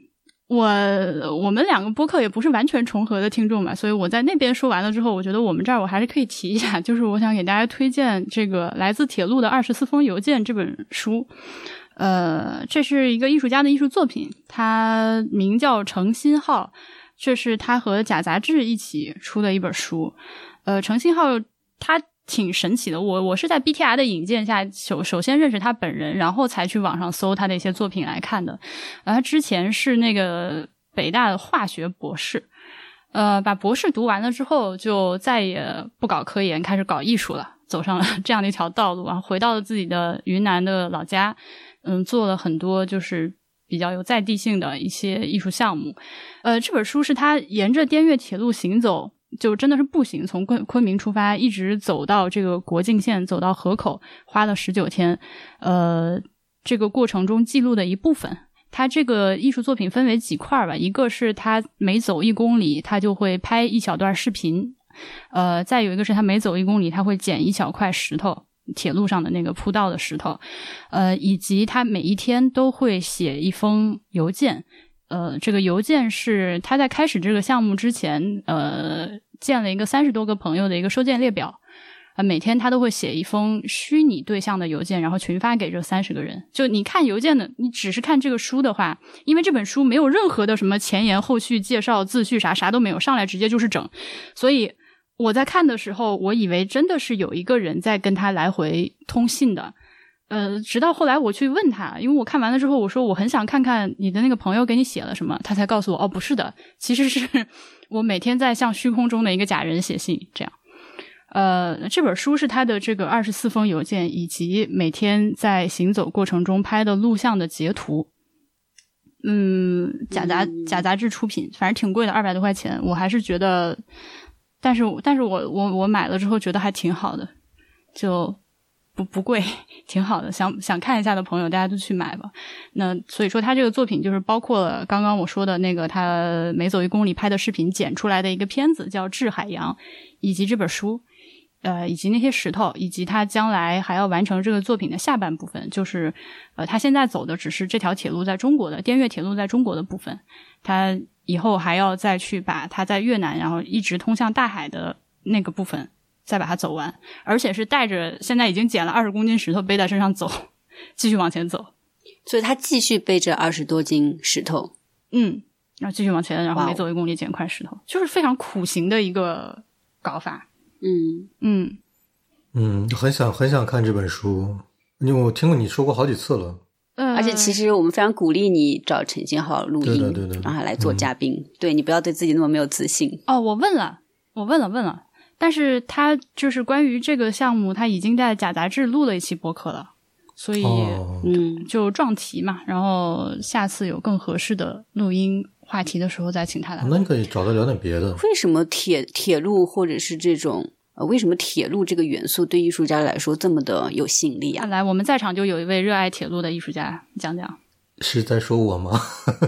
我我们两个播客也不是完全重合的听众嘛，所以我在那边说完了之后，我觉得我们这儿我还是可以提一下，就是我想给大家推荐这个来自铁路的二十四封邮件这本书。呃，这是一个艺术家的艺术作品，他名叫程新浩，这是他和贾杂志一起出的一本书。呃，程新浩他挺神奇的，我我是在 B T R 的引荐下首首先认识他本人，然后才去网上搜他的一些作品来看的。呃，他之前是那个北大的化学博士，呃，把博士读完了之后就再也不搞科研，开始搞艺术了，走上了这样的一条道路，然后回到了自己的云南的老家，嗯，做了很多就是比较有在地性的一些艺术项目。呃，这本书是他沿着滇越铁路行走，就真的是步行，从昆昆明出发，一直走到这个国境线，走到河口，花了十九天。呃，这个过程中记录的一部分。他这个艺术作品分为几块吧，一个是他每走一公里，他就会拍一小段视频。呃，再有一个是他每走一公里，他会捡一小块石头，铁路上的那个铺道的石头。呃，以及他每一天都会写一封邮件。呃，这个邮件是他在开始这个项目之前，呃，建了一个三十多个朋友的一个收件列表，呃，每天他都会写一封虚拟对象的邮件，然后群发给这三十个人。就你看邮件的，你只是看这个书的话，因为这本书没有任何的什么前言后续介绍自序啥啥都没有，上来直接就是整，所以我在看的时候，我以为真的是有一个人在跟他来回通信的。呃，直到后来我去问他，因为我看完了之后，我说我很想看看你的那个朋友给你写了什么，他才告诉我，哦，不是的，其实是我每天在向虚空中的一个假人写信，这样。呃，这本书是他的这个二十四封邮件，以及每天在行走过程中拍的录像的截图。嗯，假杂假杂志出品，反正挺贵的，二百多块钱，我还是觉得，但是但是我我我买了之后觉得还挺好的，就。不不贵，挺好的，想想看一下的朋友大家都去买吧。那所以说他这个作品就是包括了刚刚我说的那个他每走一公里拍的视频剪出来的一个片子叫《致海洋》，以及这本书，呃，以及那些石头，以及他将来还要完成这个作品的下半部分，就是呃他现在走的只是这条铁路在中国的滇越铁路在中国的部分，他以后还要再去把他在越南然后一直通向大海的那个部分再把它走完，而且是带着现在已经捡了二十公斤石头背在身上走，继续往前走。 所以他继续背着二十多斤石头， 嗯，然后继续往前，然后每走一公里捡块石头，就是非常苦行的一个搞法。 嗯嗯嗯，很想很想看这本书，因为我听过你说过好几次了。 呃， 而且其实我们非常鼓励你找陈新浩录音， 对的对的， 让他来做嘉宾。嗯、对，你不要对自己那么没有自信。 哦，我问了，我问了问了。但是他就是关于这个项目，他已经在假杂志录了一期播客了，所以嗯，就撞题嘛。然后下次有更合适的录音话题的时候再请他来。 那你可以找他聊点别的。 为什么铁铁路或者是这种呃，为什么铁路这个元素对艺术家来说这么的有吸引力啊？ 来，我们在场就有一位热爱铁路的艺术家，讲讲。 是在说我吗？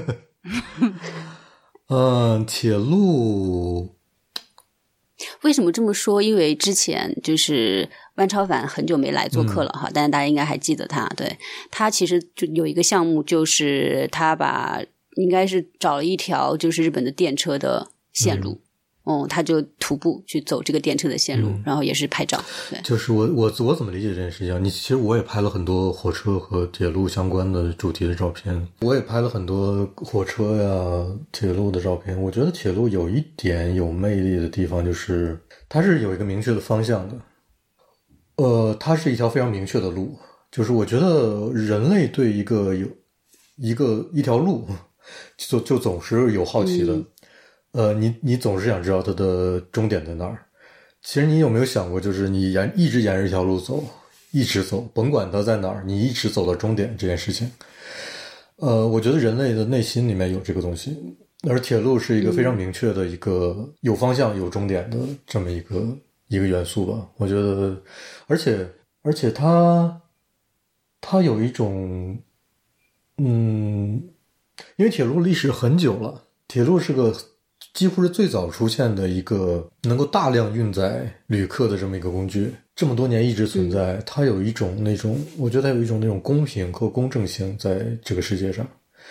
嗯，铁路。 为什么这么说？因为之前就是万超凡很久没来做客了哈，嗯、但是大家应该还记得他。对，他其实就有一个项目，就是他把应该是找了一条就是日本的电车的线路，嗯，嗯他就徒步去走这个电车的线路，嗯、然后也是拍照。对， 就是我我我怎么理解这件事情？你其实我也拍了很多火车和铁路相关的主题的照片，我也拍了很多火车呀、铁路的照片。我觉得铁路有一点有魅力的地方，就是它是有一个明确的方向的。呃，它是一条非常明确的路，就是我觉得人类对一个有一个一条路，就就总是有好奇的。嗯、呃，你你总是想知道它的终点在哪儿。其实你有没有想过，就是你沿一直沿着一条路走，一直走，甭管它在哪儿，你一直走到终点这件事情。呃，我觉得人类的内心里面有这个东西，而铁路是一个非常明确的一个有方向、有终点的这么一个一个元素吧。我觉得，而且而且它它有一种，嗯，因为铁路历史很久了，铁路是个几乎是最早出现的一个能够大量运载旅客的这么一个工具，这么多年一直存在。嗯、它有一种那种，我觉得它有一种那种公平和公正性在这个世界上。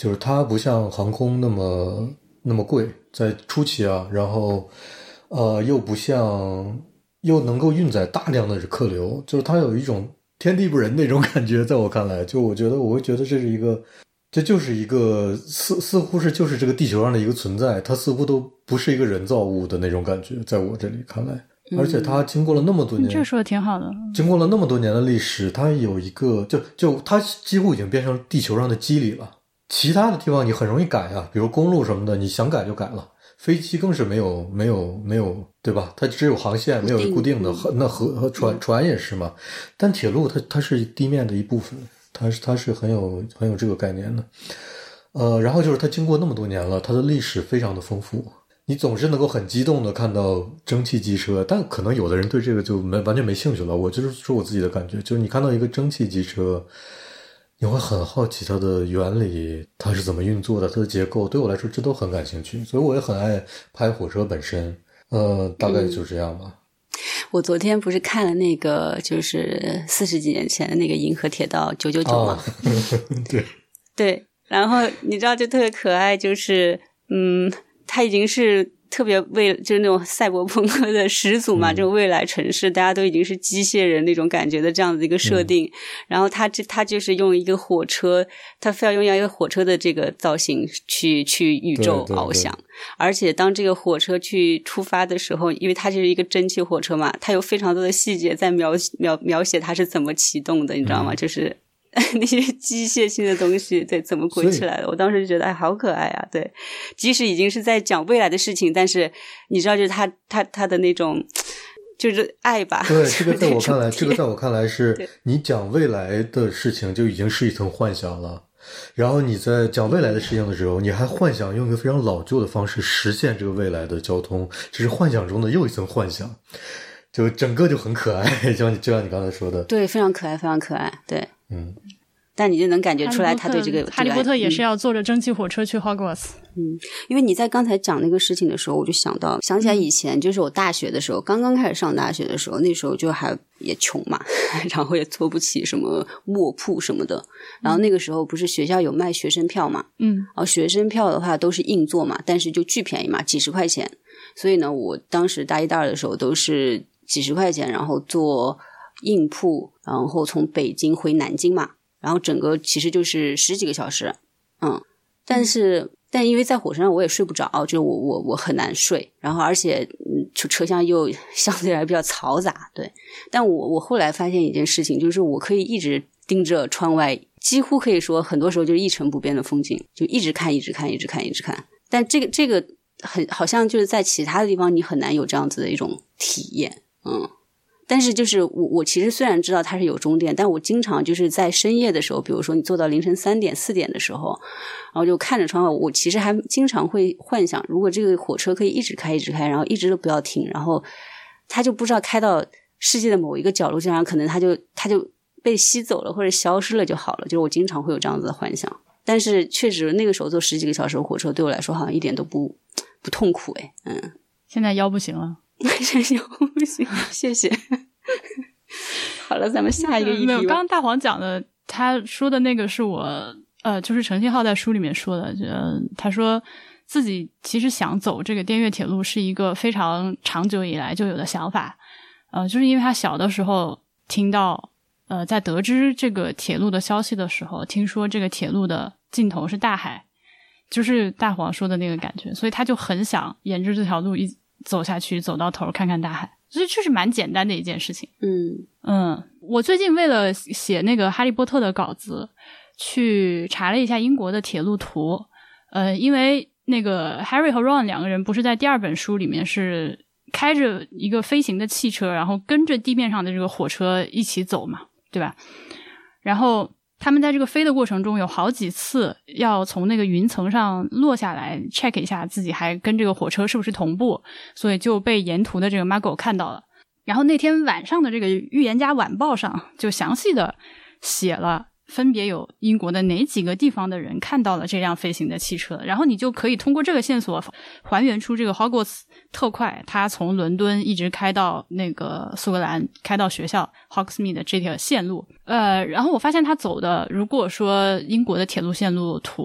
就是它不像航空那么那么贵，在初期啊，然后呃又不像又能够运载大量的客流，就是它有一种天地不仁那种感觉，在我看来，就我觉得我会觉得这是一个。这就是一个似似乎是就是这个地球上的一个存在，它似乎都不是一个人造物的那种感觉，在我这里看来，而且它经过了那么多年， 嗯、这说的挺好的。 经过了那么多年的历史，它有一个就就它几乎已经变成地球上的机理了。其他的地方你很容易改啊，比如公路什么的，你想改就改了。飞机更是没有没有没有，对吧？它只有航线，没有固定的。那河和船船也是嘛，但铁路它它是地面的一部分。它是它是很有很有这个概念的，呃，然后就是它经过那么多年了，它的历史非常的丰富，你总是能够很激动的看到蒸汽机车，但可能有的人对这个就没完全没兴趣了。我就是说我自己的感觉，就是你看到一个蒸汽机车，你会很好奇它的原理，它是怎么运作的，它的结构，对我来说这都很感兴趣，所以我也很爱拍火车本身，呃，大概就这样吧。 嗯我昨天不是看了那个就是四十几年前的那个银河铁道九九九吗？ 对对，然后你知道就特别可爱，就是嗯，它已经是特别为就是那种赛博朋克的始祖嘛，嗯、这种未来城市大家都已经是机械人那种感觉的这样的一个设定，嗯、然后它这它就是用一个火车，它非要用一个火车的这个造型去去宇宙翱翔。而且当这个火车去出发的时候，因为它就是一个蒸汽火车嘛，它有非常多的细节在描描描写它是怎么启动的，你知道吗？嗯、就是那些机械性的东西，对，怎么滚起来的？我当时就觉得，哎，好可爱啊！对，即使已经是在讲未来的事情，但是你知道，就是他他他的那种，就是爱吧。 对，这个在我看来，这个在我看来是你讲未来的事情就已经是一层幻想了。然后你在讲未来的事情的时候，你还幻想用一个非常老旧的方式实现这个未来的交通，这是幻想中的又一层幻想，就整个就很可爱，就像你就像你刚才说的， 对，非常可爱，非常可爱，对， 嗯。 但你就能感觉出来他对这个哈利波特也是要坐着蒸汽火车去 Hogwarts。 嗯，因为你在刚才讲那个事情的时候，我就想到想起来以前就是我大学的时候，刚刚开始上大学的时候，那时候就还也穷嘛，然后也坐不起什么卧铺什么的。然后那个时候不是学校有卖学生票嘛， 嗯， 然后学生票的话都是硬座嘛，但是就巨便宜嘛，几十块钱。所以呢，我当时大一大二的时候都是几十块钱，然后坐硬铺，然后从北京回南京嘛。然后整个其实就是十几个小时，嗯，但是、嗯、但因为在火车上我也睡不着，就是我我我很难睡，然后而且嗯车车厢又相对来比较嘈杂，对。但我我后来发现一件事情，就是我可以一直盯着窗外，几乎可以说很多时候就是一成不变的风景，就一直看一直看一直看一直看。但这个这个很好像就是在其他的地方你很难有这样子的一种体验，嗯。但是就是我我其实虽然知道它是有终点，但我经常就是在深夜的时候，比如说你坐到凌晨三点四点的时候，然后就看着窗外，我其实还经常会幻想，如果这个火车可以一直开一直开，然后一直都不要停，然后它就不知道开到世界的某一个角落，这样可能它就它就被吸走了或者消失了就好了，就是我经常会有这样子的幻想。但是确实那个时候坐十几个小时的火车对我来说好像一点都不不痛苦诶，嗯。 现在腰不行了。 腰不行，谢谢。好了，咱们下一个议题吧。 没有，刚刚大黄讲的，他说的那个是我，呃，就是程信浩在书里面说的，呃，他说自己其实想走这个滇越铁路是一个非常长久以来就有的想法，呃，就是因为他小的时候听到，呃，在得知这个铁路的消息的时候，听说这个铁路的尽头是大海，就是大黄说的那个感觉，所以他就很想沿着这条路一走下去，走到头看看大海，所以确实蛮简单的一件事情。 嗯嗯，我最近为了写那个哈利波特的稿子去查了一下英国的铁路图，呃，因为那个 Harry 和 Ron 两个人不是在第二本书里面是开着一个飞行的汽车，然后跟着地面上的这个火车一起走嘛，对吧？然后他们在这个飞的过程中有好几次要从那个云层上落下来 check 一下自己还跟这个火车是不是同步，所以就被沿途的这个 Muggle 看到了。然后那天晚上的这个预言家晚报上就详细的写了分别有英国的哪几个地方的人看到了这辆飞行的汽车，然后你就可以通过这个线索还原出这个 Hogwarts 特快它从伦敦一直开到那个苏格兰，开到学校 Hogsmeade 的这条线路。呃，然后我发现他走的，如果说英国的铁路线路图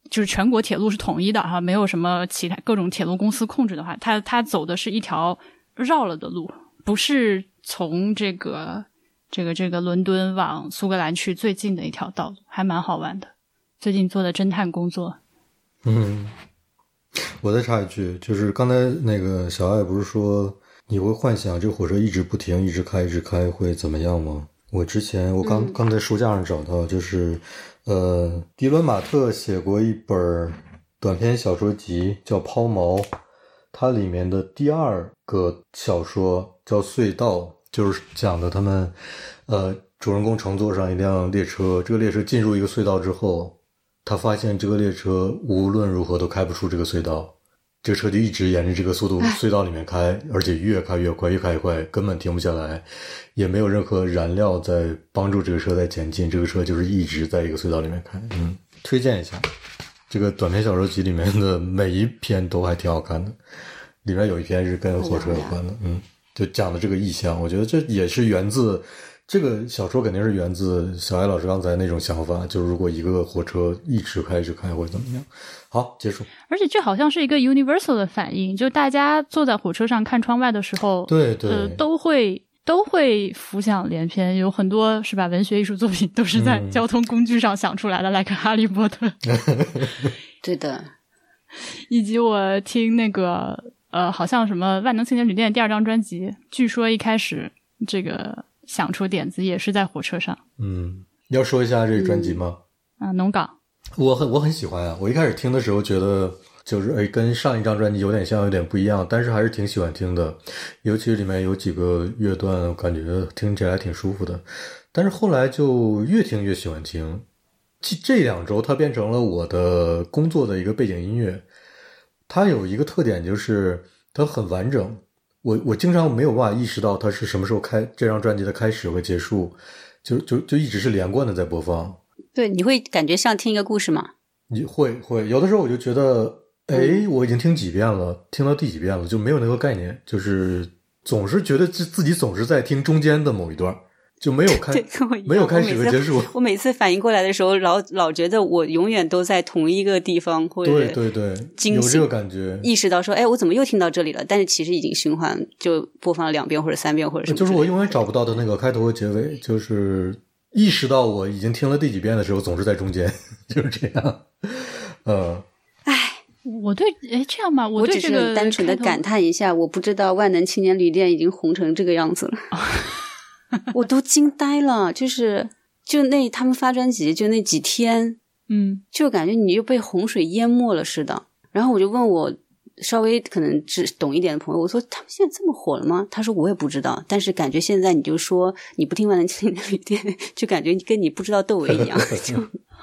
就是全国铁路是统一的哈，没有什么其他各种铁路公司控制的话，它它走的是一条绕了的路，不是从这个这个这个伦敦往苏格兰去最近的一条道路，还蛮好玩的。最近做的侦探工作。 嗯，我再插一句，就是刚才那个小爱不是说你会幻想这个火车一直不停一直开一直开会怎么样吗？我之前我刚、嗯、刚在书架上找到，就是呃，迪伦马特写过一本短篇小说集叫《抛锚》，它里面的第二个小说叫《隧道》，就是讲的他们呃主人公乘坐上一辆列车，这个列车进入一个隧道之后，他发现这个列车无论如何都开不出这个隧道，这个车就一直沿着这个速度隧道里面开，而且越开越快，越开越快，根本停不下来，也没有任何燃料在帮助这个车在前进，这个车就是一直在一个隧道里面开。嗯，推荐一下这个短篇小说集里面的每一篇都还挺好看的，里面有一篇是跟火车有关的，嗯，就讲的这个意象，我觉得这也是源自这个小说，肯定是源自小艾老师刚才那种想法，就是如果一个火车一直开一直开会怎么样。好，结束。 而且这好像是一个 universal 的反应，就大家坐在火车上看窗外的时候， 对对、 呃、都会都会浮想联翩，有很多是吧文学艺术作品都是在交通工具上想出来的、嗯、like 哈利波特对的。 以及我听那个呃，好像什么万能青年旅店第二张专辑，据说一开始这个想出点子也是在火车上。 嗯，要说一下这个专辑吗？ 嗯、啊，农港。 我很我很喜欢啊，我一开始听的时候觉得就是诶跟上一张专辑有点像有点不一样，但是还是挺喜欢听的，尤其里面有几个乐段感觉听起来挺舒服的，但是后来就越听越喜欢听，这两周它变成了我的工作的一个背景音乐。它有一个特点就是它很完整，我我经常没有办法意识到它是什么时候开这张专辑的开始和结束，就就就一直是连贯的在播放。 对，你会感觉像听一个故事吗？ 你会会有的时候我就觉得诶我已经听几遍了，听到第几遍了，就没有那个概念，就是总是觉得自己总是在听中间的某一段，就没有开没有开始和结束。 我每次我每次反应过来的时候老老觉得我永远都在同一个地方，或者对对对，有这个感觉， 意识到说哎我怎么又听到这里了，但是其实已经循环就播放了两遍或者三遍或者什么， 就是我永远找不到的那个开头和结尾，就是意识到我已经听了第几遍的时候总是在中间，就是这样。呃唉， 我对诶这样吧，我对这个我只是单纯的感叹一下，我不知道万能青年旅店已经红成这个样子了。我都惊呆了，就是就那他们发专辑就那几天， 嗯， 就感觉你又被洪水淹没了似的。然后我就问我稍微可能只懂一点的朋友，我说他们现在这么火了吗？他说我也不知道，但是感觉现在你就说你不听万能青年旅店，就感觉跟你不知道窦唯一样。就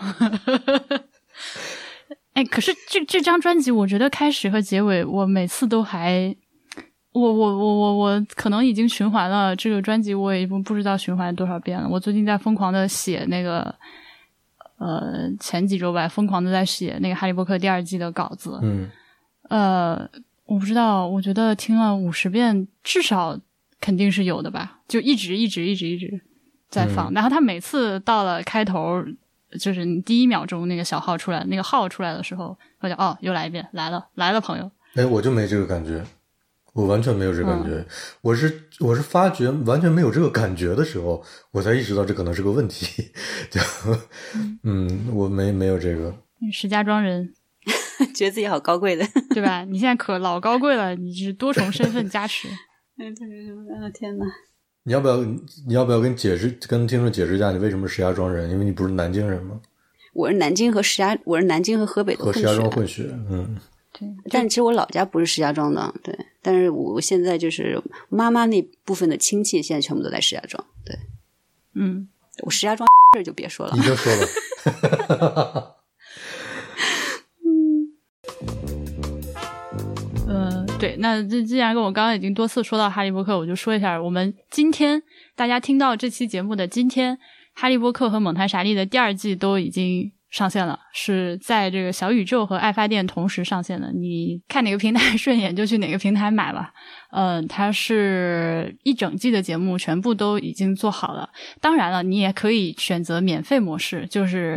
哎，可是这这张专辑，我觉得开始和结尾，我每次都还，我我我我我可能已经循环了这个专辑，我也不不知道循环多少遍了。我最近在疯狂的写那个，呃，前几周吧，疯狂的在写那个《哈利波特》第二季的稿子。 嗯， 呃，我不知道，我觉得听了五十遍，至少肯定是有的吧，就一直一直一直一直在放。嗯、然后他每次到了开头。就是你第一秒钟那个小号出来，那个号出来的时候，我就哦，又来一遍，来了，来了，朋友。 哎，我就没这个感觉，我完全没有这个感觉。嗯、我是我是发觉完全没有这个感觉的时候，我才意识到这可能是个问题。就嗯，我没没有这个。 石家庄人， 觉得自己好高贵的， 对吧？你现在可老高贵了，你是多重身份加持。 哎，特别什么？啊，天哪！ 你要不要你要不要跟解释跟听众解释一下你为什么是石家庄人？因为你不是南京人吗？ 我是南京和石家，我是南京和河北的混血， 和石家庄混血，嗯， 对。但其实我老家不是石家庄的，对。但是我现在就是妈妈那部分的亲戚，现在全部都在石家庄，对。 嗯， 我石家庄事儿就别说了， 你就说了。 呃，对，那这既然跟我刚刚已经多次说到哈利波特，我就说一下，我们今天大家听到这期节目的今天，哈利波特和蒙台傻利的第二季都已经上线了，是在这个小宇宙和爱发电同时上线的，你看哪个平台顺眼就去哪个平台买吧。嗯、呃，它是一整季的节目全部都已经做好了，当然了，你也可以选择免费模式，就是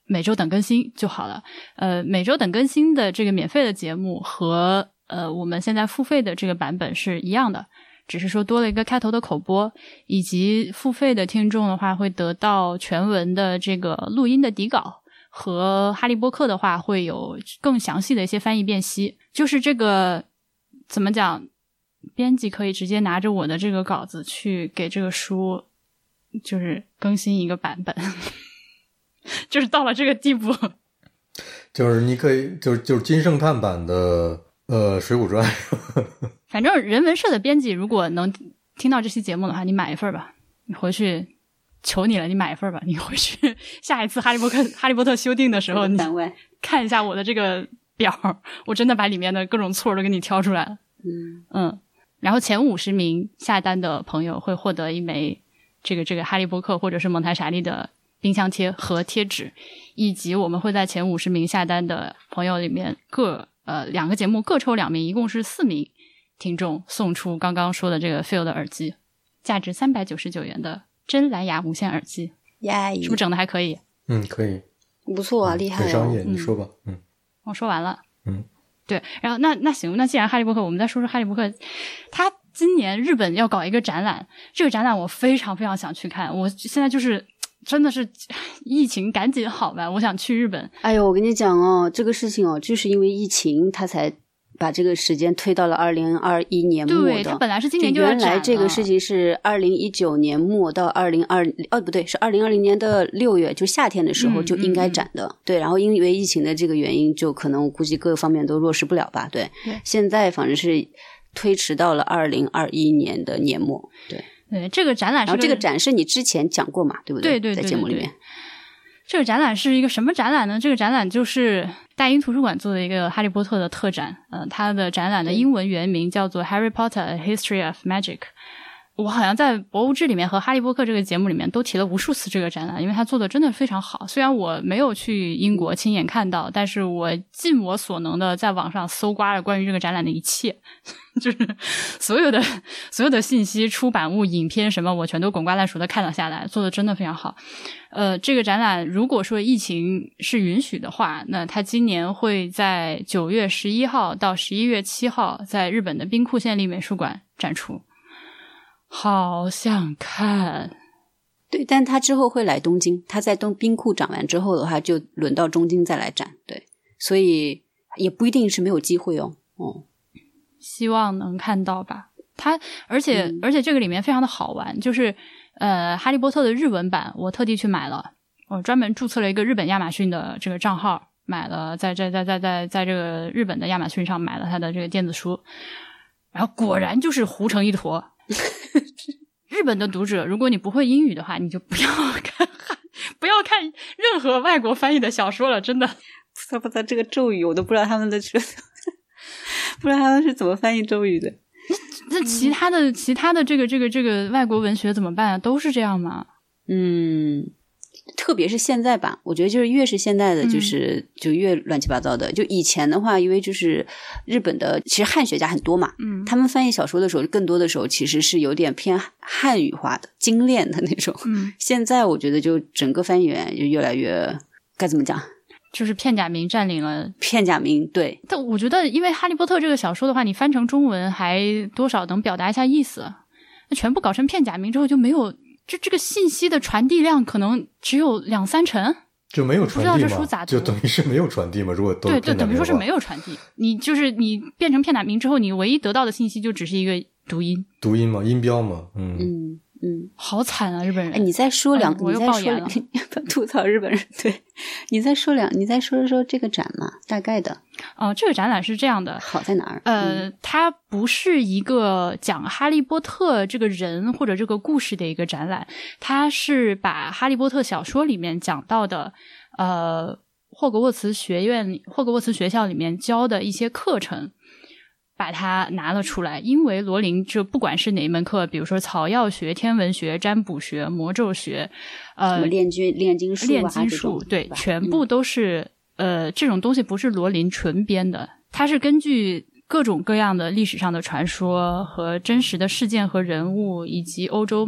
每周等更新就好了。呃，每周等更新的这个免费的节目和呃我们现在付费的这个版本是一样的，只是说多了一个开头的口播，以及付费的听众的话会得到全文的这个录音的底稿，和哈利波特的话会有更详细的一些翻译辨析。就是这个怎么讲，编辑可以直接拿着我的这个稿子去给这个书就是更新一个版本就是到了这个地步， 就是你可以就是就是金圣叹版的呃水浒传反正人文社的编辑如果能听到这期节目的话，你买一份吧，你回去求你了，你买一份吧，你回去下一次哈利波特哈利波特修订的时候你看一下我的这个表，我真的把里面的各种错都给你挑出来了。 嗯嗯，然后前五十名下单的朋友会获得一枚这个这个哈利波特或者是蒙台傻利的冰箱贴和贴纸，以及我们会在前五十名下单的朋友里面各呃两个节目各抽两名，一共是四名听众送出刚刚说的这个 Phil 的耳机，价值三百九十九元的真蓝牙无线耳机， 呀， 是不是整的还可以？ 嗯，可以， 不错啊，厉害、哦， 很商业，你说吧。嗯， 我说完了。 嗯， 对，然后那那行，那既然哈利波特，我们再说说哈利波特，他今年日本要搞一个展览，这个展览我非常非常想去看，我现在就是真的是疫情赶紧好吧，我想去日本。 哎呦，我跟你讲哦，这个事情哦，就是因为疫情，他才把这个时间推到了二零二一年末的。 对，他本来是今年就要展了。 原来这个事情是二零一九年末到二零二哦不对，是二零二零年的六月，就夏天的时候就应该展的。嗯嗯嗯对，然后因为疫情的这个原因，就可能我估计各个方面都落实不了吧。对， 对现在反正是推迟到了二零二一年的年末。对。 对，这个展览是， 然后这个展是你之前讲过嘛，对不对？对对对， 在节目里面。 这个展览是一个什么展览呢？这个展览就是大英图书馆做的一个哈利波特的特展，呃，它的展览的英文原名叫做 Harry Potter: A History of Magic。我好像在博物志里面和哈利波特这个节目里面都提了无数次这个展览，因为它做的真的非常好。虽然我没有去英国亲眼看到，但是我尽我所能的在网上搜刮了关于这个展览的一切，就是所有的所有的信息、出版物、影片什么，我全都滚瓜烂熟的看了下来，做的真的非常好。呃，这个展览如果说疫情是允许的话，那它今年会在九月十一号到十一月七号在日本的兵库县立美术馆展出。好想看。 对，但他之后会来东京，他在东兵库展完之后的话就轮到东京再来展。对，所以也不一定是没有机会哦。哦， 希望能看到吧。他而且、嗯、而且这个里面非常的好玩，就是呃哈利波特的日文版我特地去买了，我专门注册了一个日本亚马逊的这个账号，买了在在在在在在这个日本的亚马逊上买了他的这个电子书，然后果然就是糊成一坨。日本的读者，如果你不会英语的话，你就不要看不要看任何外国翻译的小说了，真的。 不不，这个咒语我都不知道他们的不知道他们是怎么翻译咒语的。 那其他的、嗯、其他的这个这个这个外国文学怎么办啊？都是这样吗？ 嗯。特别是现在吧，我觉得就是越是现在的就是、嗯、就越乱七八糟的。就以前的话，因为就是日本的其实汉学家很多嘛，嗯，他们翻译小说的时候更多的时候其实是有点偏汉语化的精炼的那种。嗯，现在我觉得就整个翻译员就越来越该怎么讲， 就是片假名占领了。 片假名，对。 但我觉得因为哈利波特这个小说的话，你翻成中文还多少能表达一下意思，那全部搞成片假名之后就没有，就这个信息的传递量可能只有两三成， 就没有传递吗？ 不知道这书咋读， 就等于是没有传递嘛。如果都对对，等于说是没有传递。你就是你变成片假名之后，你唯一得到的信息就只是一个读音， 读音嘛，音标嘛，嗯嗯嗯， 好惨啊，日本人！ 哎，你再说两， 哎、我又爆言了， 你再吐槽日本人。对，你再说两，你再说说这个展嘛，大概的。 哦、呃，这个展览是这样的， 好在哪儿？ 呃、嗯，它不是一个讲哈利波特这个人或者这个故事的一个展览，它是把哈利波特小说里面讲到的，呃，霍格沃茨学院、霍格沃茨学校里面教的一些课程，把它拿了出来。因为罗琳就不管是哪一门课，比如说草药学、天文学、占卜学、魔咒学，呃， 什么炼金、炼金术、啊、 炼金术，对，全部都是、嗯、呃，这种东西不是罗琳纯编的，它是根据各种各样的历史上的传说和真实的事件和人物，以及欧洲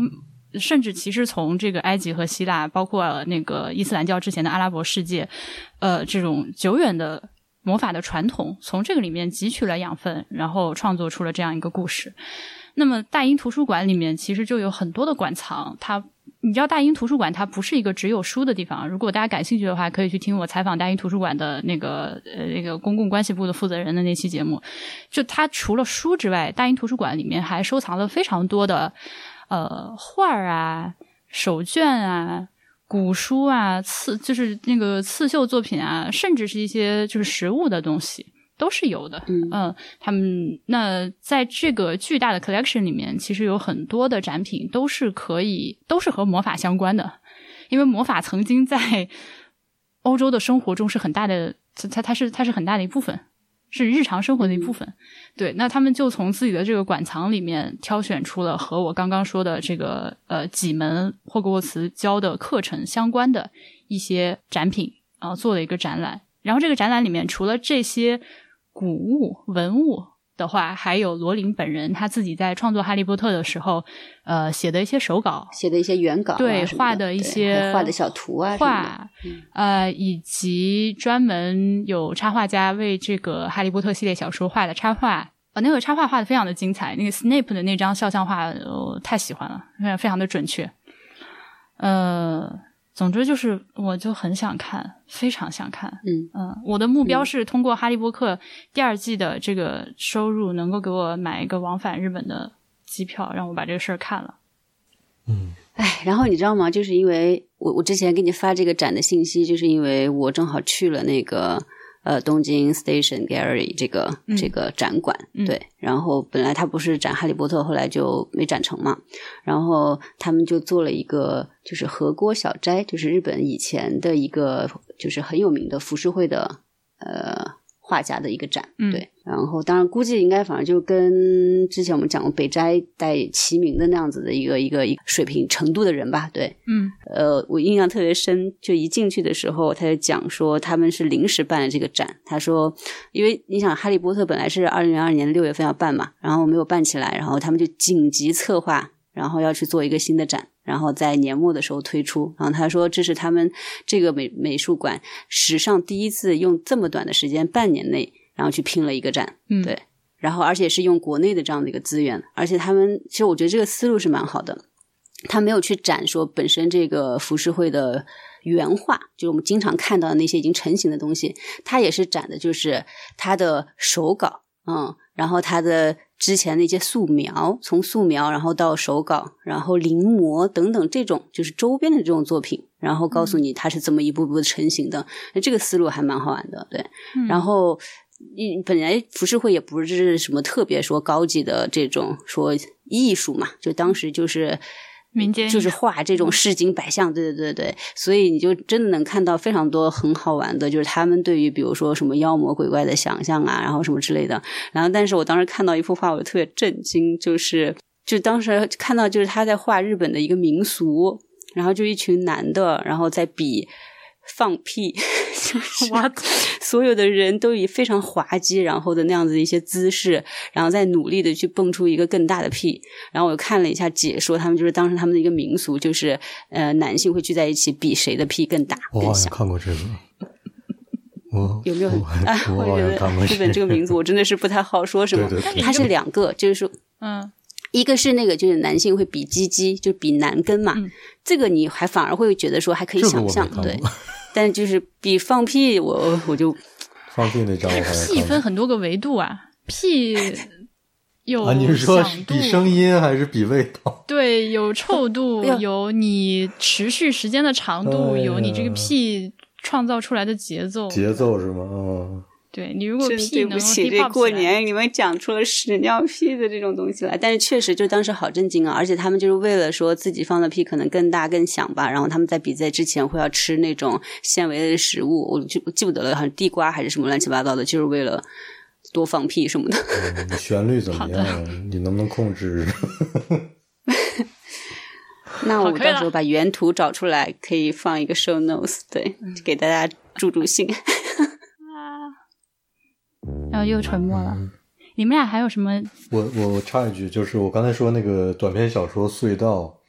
甚至其实从这个埃及和希腊，包括那个伊斯兰教之前的阿拉伯世界，呃，这种久远的魔法的传统，从这个里面汲取了养分，然后创作出了这样一个故事。那么大英图书馆里面其实就有很多的馆藏，它你知道大英图书馆它不是一个只有书的地方，如果大家感兴趣的话，可以去听我采访大英图书馆的那个呃那个公共关系部的负责人的那期节目。就它除了书之外，大英图书馆里面还收藏了非常多的呃画啊、手卷啊、古书啊、刺就是那个刺绣作品啊，甚至是一些就是实物的东西都是有的。 嗯、 呃、他们那在这个巨大的 collection 里面，其实有很多的展品都是可以都是和魔法相关的，因为魔法曾经在欧洲的生活中是很大的，它它是它是很大的一部分，是日常生活的一部分。对，那他们就从自己的这个馆藏里面挑选出了和我刚刚说的这个呃几门霍格沃茨教的课程相关的一些展品啊、呃，做了一个展览。然后这个展览里面除了这些古物文物的话，还有罗琳本人他自己在创作哈利波特的时候呃写的一些手稿， 写的一些原稿、啊、 对，画的一些画的小图啊画、嗯、呃以及专门有插画家为这个哈利波特系列小说画的插画。呃那个插画画的非常的精彩，那个 Snape 的那张肖像画我、呃、太喜欢了，非常非常的准确。呃总之就是我就很想看，非常想看。 嗯嗯、呃，我的目标是通过哈利波特第二季的这个收入能够给我买一个往返日本的机票，让我把这个事儿看了。 嗯， 哎，然后你知道吗，就是因为我我之前给你发这个展的信息，就是因为我正好去了那个呃东京 Station Gallery 这个、嗯、这个展馆、嗯、对，然后本来它不是展哈利波特，后来就没展成嘛，然后他们就做了一个就是和锅小斋，就是日本以前的一个就是很有名的浮世绘的呃画家的一个展、嗯、对，然后当然估计应该反正就跟之前我们讲过北斋带齐名的那样子的一个一个一个水平程度的人吧，对， 嗯， 呃，我印象特别深，就一进去的时候他就讲说他们是临时办了这个展，他说因为你想哈利波特本来是二零零二年六月份要办嘛，然后没有办起来，然后他们就紧急策划，然后要去做一个新的展，然后在年末的时候推出，然后他说这是他们这个美美术馆史上第一次用这么短的时间半年内然后去拼了一个展， 嗯， 对，然后而且是用国内的这样的一个资源，而且他们其实我觉得这个思路是蛮好的，他没有去展说本身这个浮世绘的原画，就是我们经常看到的那些已经成型的东西，他也是展的就是他的手稿，嗯，然后他的之前的一些素描，从素描然后到手稿，然后临摹等等这种就是周边的这种作品，然后告诉你它是怎么一步步成型的、嗯、这个思路还蛮好玩的，对、嗯、然后本来浮世绘也不是什么特别说高级的这种说艺术嘛，就当时就是民间就是画这种市井百象，对对对对，所以你就真的能看到非常多很好玩的，就是他们对于比如说什么妖魔鬼怪的想象啊，然后什么之类的。然后但是我当时看到一幅画我特别震惊，就是就当时看到就是他在画日本的一个民俗，然后就一群男的然后在比放屁，就是所有的人都以非常滑稽然后的那样子的一些姿势，然后再努力的去蹦出一个更大的屁。然后我看了一下解说，他们就是当时他们的一个民俗，就是呃男性会聚在一起比谁的屁更大更小。 我好像看过这个，我有没有？ 我啊， 我我觉得日本这个民族我真的是不太好说什么。 对对对， 它是两个，就是说， 嗯。 一个是那个就是男性会比鸡鸡，就比男根嘛、嗯、这个你还反而会觉得说还可以想象、这个、对，但是就是比放屁我我就放屁那张我好像屁分很多个维度啊，屁有啊，你是说比声音还是比味道？ 对，有臭度，有你持续时间的长度、哎、有你这个屁创造出来的节奏节奏是吗？嗯， 对，你如果屁能对不起，这过年你们讲出了屎尿屁的这种东西来，但是确实就当时好震惊啊！而且他们就是为了说自己放的屁可能更大更响吧，然后他们在比赛之前会要吃那种纤维的食物，我就记不得了，好像地瓜还是什么乱七八糟的，就是为了多放屁什么的。 嗯、旋律怎么样？你能不能控制？ 那我到时候把原图找出来，可以放一个 show notes， 对，给大家助助兴。 然后又沉默了、嗯、你们俩还有什么？ 我我插一句，就是我刚才说那个短篇小说隧道，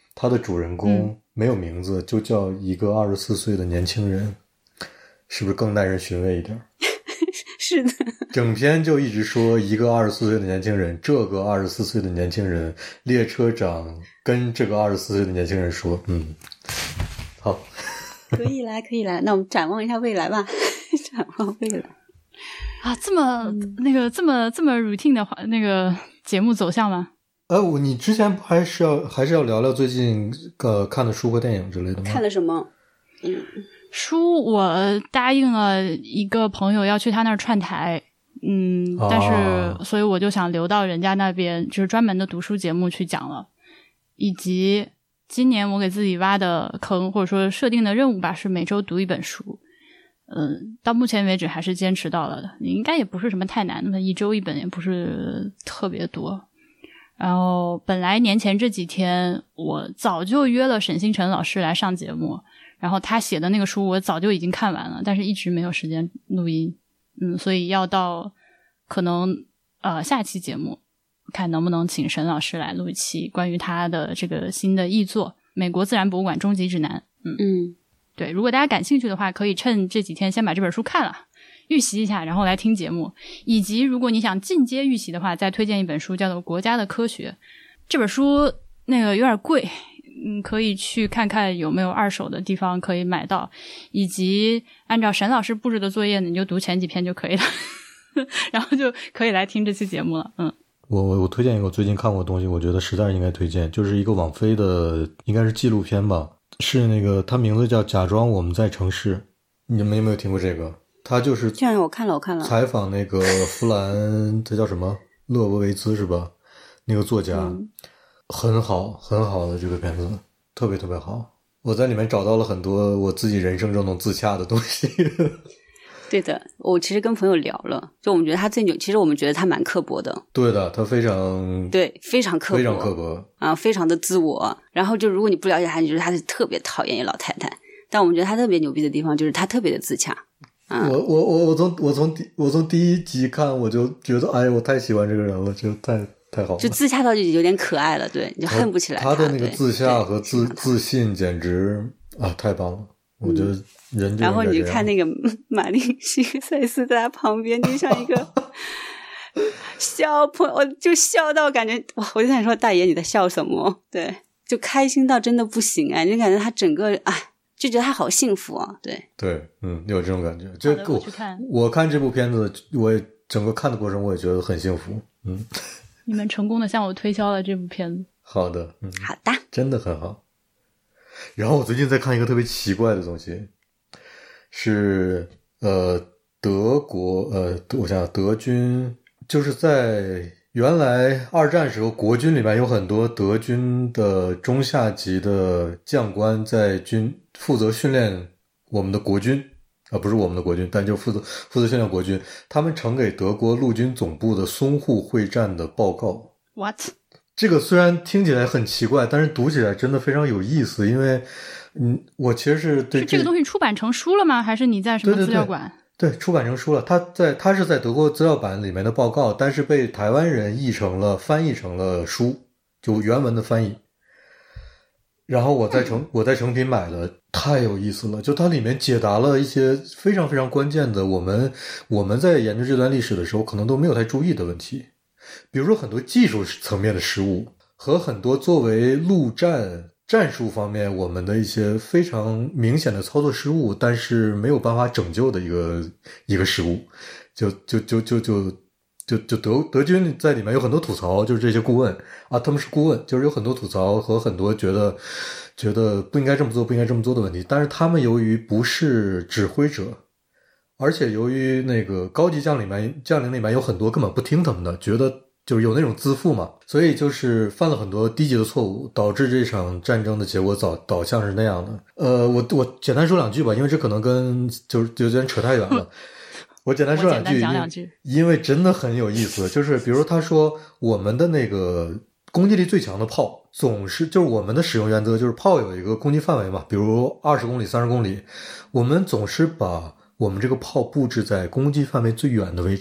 他的主人公没有名字，嗯、就叫一个二十四岁的年轻人，是不是更耐人寻味一点？ 是的， 整篇就一直说一个二十四岁的年轻人，这个二十四岁的年轻人，列车长跟这个二十四岁的年轻人说，嗯，好， 可以来，可以来，那我们展望一下未来吧，展望未来啊，这么、嗯、那个这么这么 routine 的话，那个节目走向吗？ 呃，我你之前不还是要还是要聊聊最近呃看的书和电影之类的吗？ 看了什么？嗯。 书我答应了一个朋友要去他那儿串台，嗯， 哦、 但是所以我就想留到人家那边，就是专门的读书节目去讲了，以及今年我给自己挖的坑或者说设定的任务吧，是每周读一本书，嗯，到目前为止还是坚持到了的，应该也不是什么太难的，一周一本也不是特别多。然后本来年前这几天我早就约了沈星辰老师来上节目。然后他写的那个书我早就已经看完了，但是一直没有时间录音，嗯，所以要到可能呃下期节目看能不能请沈老师来录一期关于他的这个新的译作《美国自然博物馆终极指南》。嗯嗯， 对，如果大家感兴趣的话，可以趁这几天先把这本书看了，预习一下，然后来听节目。以及如果你想进阶预习的话，再推荐一本书叫做《国家的科学》，这本书那个有点贵。嗯，可以去看看有没有二手的地方可以买到，以及按照沈老师布置的作业呢，你就读前几篇就可以了，然后就可以来听这期节目了。嗯， 我我我推荐一个我最近看过的东西，我觉得实在是应该推荐，就是一个网飞的，应该是纪录片吧，是那个它名字叫《假装我们在城市》，你们有没有听过这个？它就是这样，我看了，我看了， 采访那个弗兰，这叫什么？勒沃维兹是吧？那个作家。嗯，很好很好的这个片子，特别特别好，我在里面找到了很多我自己人生中能自洽的东西。 对的，我其实跟朋友聊了，就我们觉得他最牛，其实我们觉得他蛮刻薄的。 对的，他非常对，非常刻薄， 非常刻薄啊，非常的自我。然后就如果你不了解他，你觉得他是特别讨厌一老太太。但我们觉得他特别牛逼的地方就是他特别的自洽。啊、 我我我我从我从第我从第一集看我就觉得，哎呀，我太喜欢这个人了，就太。太好了， 就自洽到就有点可爱了，对，你就恨不起来他, 他的那个自洽和自自信简直啊太棒了，我觉得人就、嗯、 然后你就看那个马丁西克塞斯在他旁边就像一个小朋友，我就笑到感觉哇，我就想说大爷你在笑什么，对，就开心到真的不行哎，就感觉他整个哎就觉得他好幸福啊，对对，嗯，有这种感觉。就我去看我看这部片子，我也整个看的过程我也觉得很幸福，嗯。 你们成功的向我推销了这部片子。 好的，嗯， 好的， 真的很好。然后我最近在看一个特别奇怪的东西，是呃德国呃我想想德军，就是在原来二战时候国军里面有很多德军的中下级的将官在军负责训练我们的国军。啊，不是我们的国军，但就负责负责训练国军。他们呈给德国陆军总部的淞沪会战的报告。 What？ 这个虽然听起来很奇怪，但是读起来真的非常有意思。因为，嗯，我其实是对 这, 是这个东西出版成书了吗？还是你在什么资料馆？ 对, 对, 对，出版成书了。它在它是在德国资料版里面的报告，但是被台湾人译成了翻译成了书，就原文的翻译。然后我在成我在成品买了，太有意思了！就它里面解答了一些非常非常关键的，我们我们在研究这段历史的时候可能都没有太注意的问题，比如说很多技术层面的失误，和很多作为陆战战术方面我们的一些非常明显的操作失误，但是没有办法拯救的一个一个失误，就就就就就。就就德德军在里面有很多吐槽，就是这些顾问啊，他们是顾问，就是有很多吐槽和很多觉得觉得不应该这么做不应该这么做的问题，但是他们由于不是指挥者，而且由于那个高级将领里面将领里面有很多根本不听他们的，觉得就是有那种自负嘛，所以就是犯了很多低级的错误，导致这场战争的结果导导向是那样的。呃，我我简单说两句吧，因为这可能跟就是就有点扯太远了。我简单说两句， 我简单讲两句， 因为真的很有意思。就是比如他说，我们的那个攻击力最强的炮，总是就是我们的使用原则就是炮有一个攻击范围嘛，比如二十公里、三十公里，我们总是把我们这个炮布置在攻击范围最远的位置，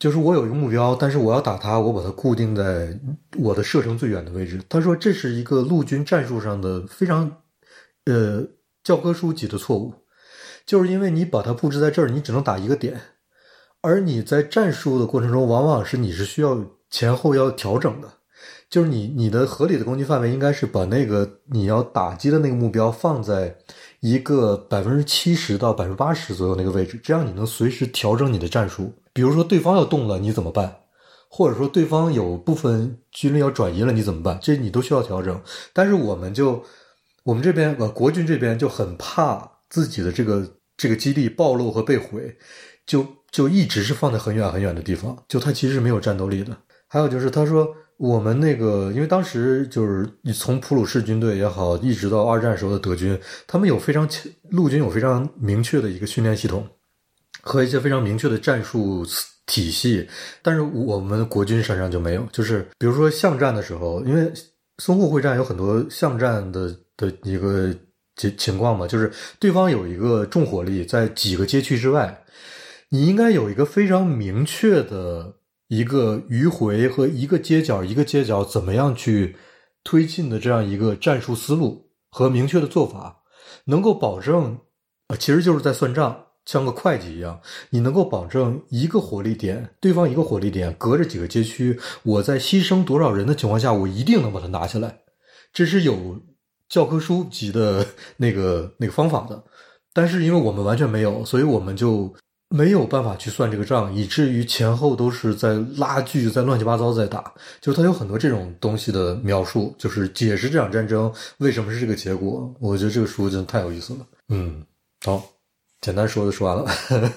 就是我有一个目标，但是我要打它，我把它固定在我的射程最远的位置。他说这是一个陆军战术上的非常呃教科书级的错误，就是因为你把它布置在这儿，你只能打一个点，而你在战术的过程中，往往是你是需要前后要调整的。就是你你的合理的攻击范围应该是把那个你要打击的那个目标放在一个百分之七十到百分之八十左右那个位置，这样你能随时调整你的战术。比如说对方要动了，你怎么办？或者说对方有部分军力要转移了，你怎么办？这你都需要调整。但是我们就我们这边呃国军这边就很怕自己的这个这个基地暴露和被毁，就就一直是放在很远很远的地方，就它其实是没有战斗力的。还有就是他说我们那个因为当时就是从普鲁士军队也好一直到二战时候的德军，他们有非常陆军有非常明确的一个训练系统和一些非常明确的战术体系，但是我们国军身上就没有。就是比如说巷战的时候，因为淞沪会战有很多巷战的的一个情况嘛，就是对方有一个重火力在几个街区之外，你应该有一个非常明确的一个迂回和一个街角一个街角怎么样去推进的这样一个战术思路和明确的做法，能够保证呃，其实就是在算账，像个会计一样，你能够保证一个火力点对方一个火力点隔着几个街区，我在牺牲多少人的情况下我一定能把它拿下来，这是有教科书级的那个那个方法的。但是因为我们完全没有，所以我们就没有办法去算这个账，以至于前后都是在拉锯，在乱七八糟在打。就是它有很多这种东西的描述，就是解释这场战争为什么是这个结果。我觉得这个书真的太有意思了。嗯，好，简单说就说完了，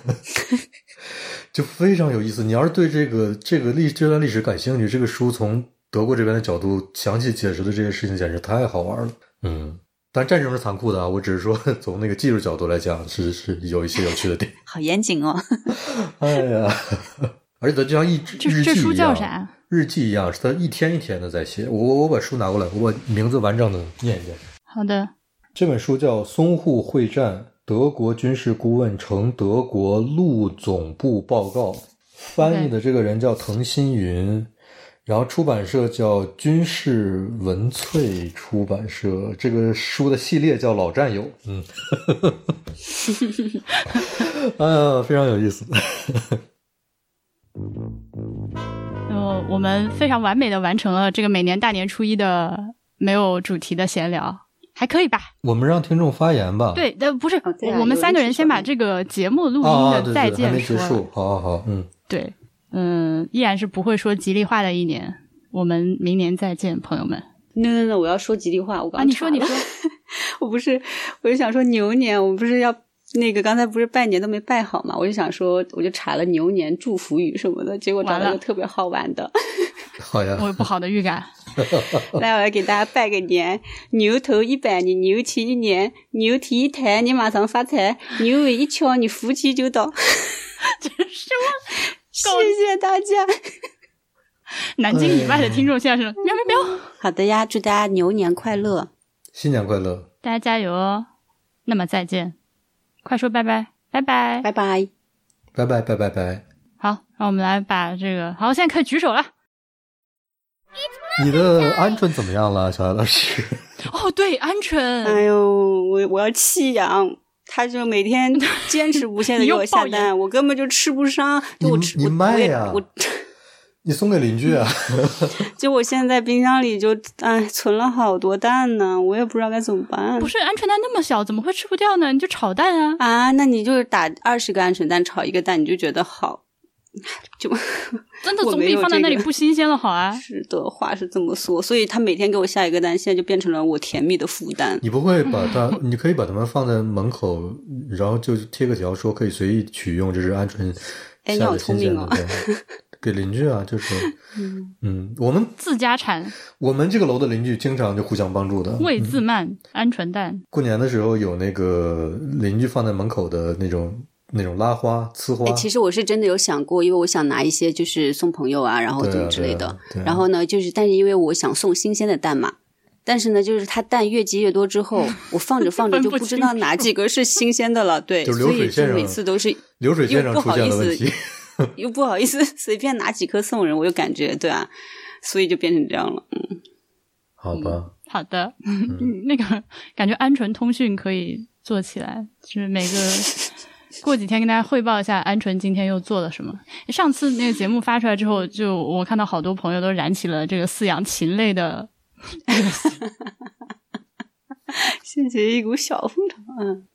就非常有意思。你要是对这个这个历这段历史感兴趣，这个书从德国这边的角度详细解释的这些事情简直太好玩了。嗯。但战争是残酷的啊，我只是说从那个技术角度来讲是是有一些有趣的点。 好严谨哦。 哎呀，而且它就像一日记一样， 这书叫啥？ 日记一样，是他一天一天的在写。我我把书拿过来，我把名字完整的念一遍。 好的。 这本书叫《淞沪会战：德国军事顾问呈德国陆总部报告》，翻译的这个人叫滕新云。然后出版社叫军事文萃出版社，这个书的系列叫老战友。嗯，哎呀，非常有意思。 呃，我们非常完美的完成了这个每年大年初一的没有主题的闲聊，还可以吧？ 我们让听众发言吧。 对，呃，不是， 哦对啊、 我们三个人先把这个节目录音的再见说了。 还没结束，好好好，嗯， 对。嗯，依然是不会说吉利话的一年，我们明年再见，朋友们。 那那那，我要说吉利话，我刚啊，你说你说， 我不是，我就想说牛年，我不是要那个刚才不是拜年都没拜好嘛，我就想说，我就查了牛年祝福语什么的，结果找了一个特别好玩的。 好呀， 我有不好的预感。 来，我要给大家拜个年，牛头一百年，牛气一年，牛蹄一抬，你马上发财；牛尾一敲，你福气就到。 这是什么？ 谢谢大家。 南京以外的听众现在是喵喵喵。 好的呀，祝大家牛年快乐， 新年快乐， 大家加油哦。那么再见，快说拜拜，拜拜， 拜拜， 拜拜，拜拜拜。 好，让我们来把这个，好，现在可以举手了。 你的鹌鹑怎么样了，小艾老师？ 哦，对，鹌鹑。 哎呦，我我要弃养。他就每天坚持无限的给我下单，我根本就吃不上。就我吃你卖呀、啊？ 我你送给邻居啊？ 就我现在冰箱里就哎存了好多蛋呢，我也不知道该怎么办。 不是鹌鹑蛋那么小，怎么会吃不掉呢？你就炒蛋啊！ 啊，那你就是打二十个鹌鹑蛋炒一个蛋，你就觉得好，就真的总比放在那里不新鲜了好啊。 是的，话是这么说，所以他每天给我下一个蛋，现在就变成了我甜蜜的负担。 你不会把它，你可以把它们放在门口，然后就贴个条说可以随意取用，这是鹌鹑哎，你好聪明哦。 给邻居啊，就是嗯嗯，我们自家产， 我们这个楼的邻居经常就互相帮助的。 魏自慢、嗯、鹌鹑蛋。 过年的时候有那个邻居放在门口的那种那种拉花、呲花。 其实我是真的有想过，因为我想拿一些就是送朋友啊，然后怎么之类的。 对啊对啊对啊、 然后呢，就是但是因为我想送新鲜的蛋嘛。但是呢，就是它蛋越积越多之后，我放着放着就不知道哪几个是新鲜的了。对， 就流水线上所以就每次都是流水线上出现了问题。 又不好意思随便拿几颗送人，我又感觉对啊，所以就变成这样了。嗯， 好吧。嗯、 好的，嗯、那个感觉鹌鹑通讯可以做起来，就是每个过几天跟大家汇报一下鹌鹑今天又做了什么。上次那个节目发出来之后，就我看到好多朋友都燃起了这个饲养禽类的热情。 掀起一股小风潮。嗯，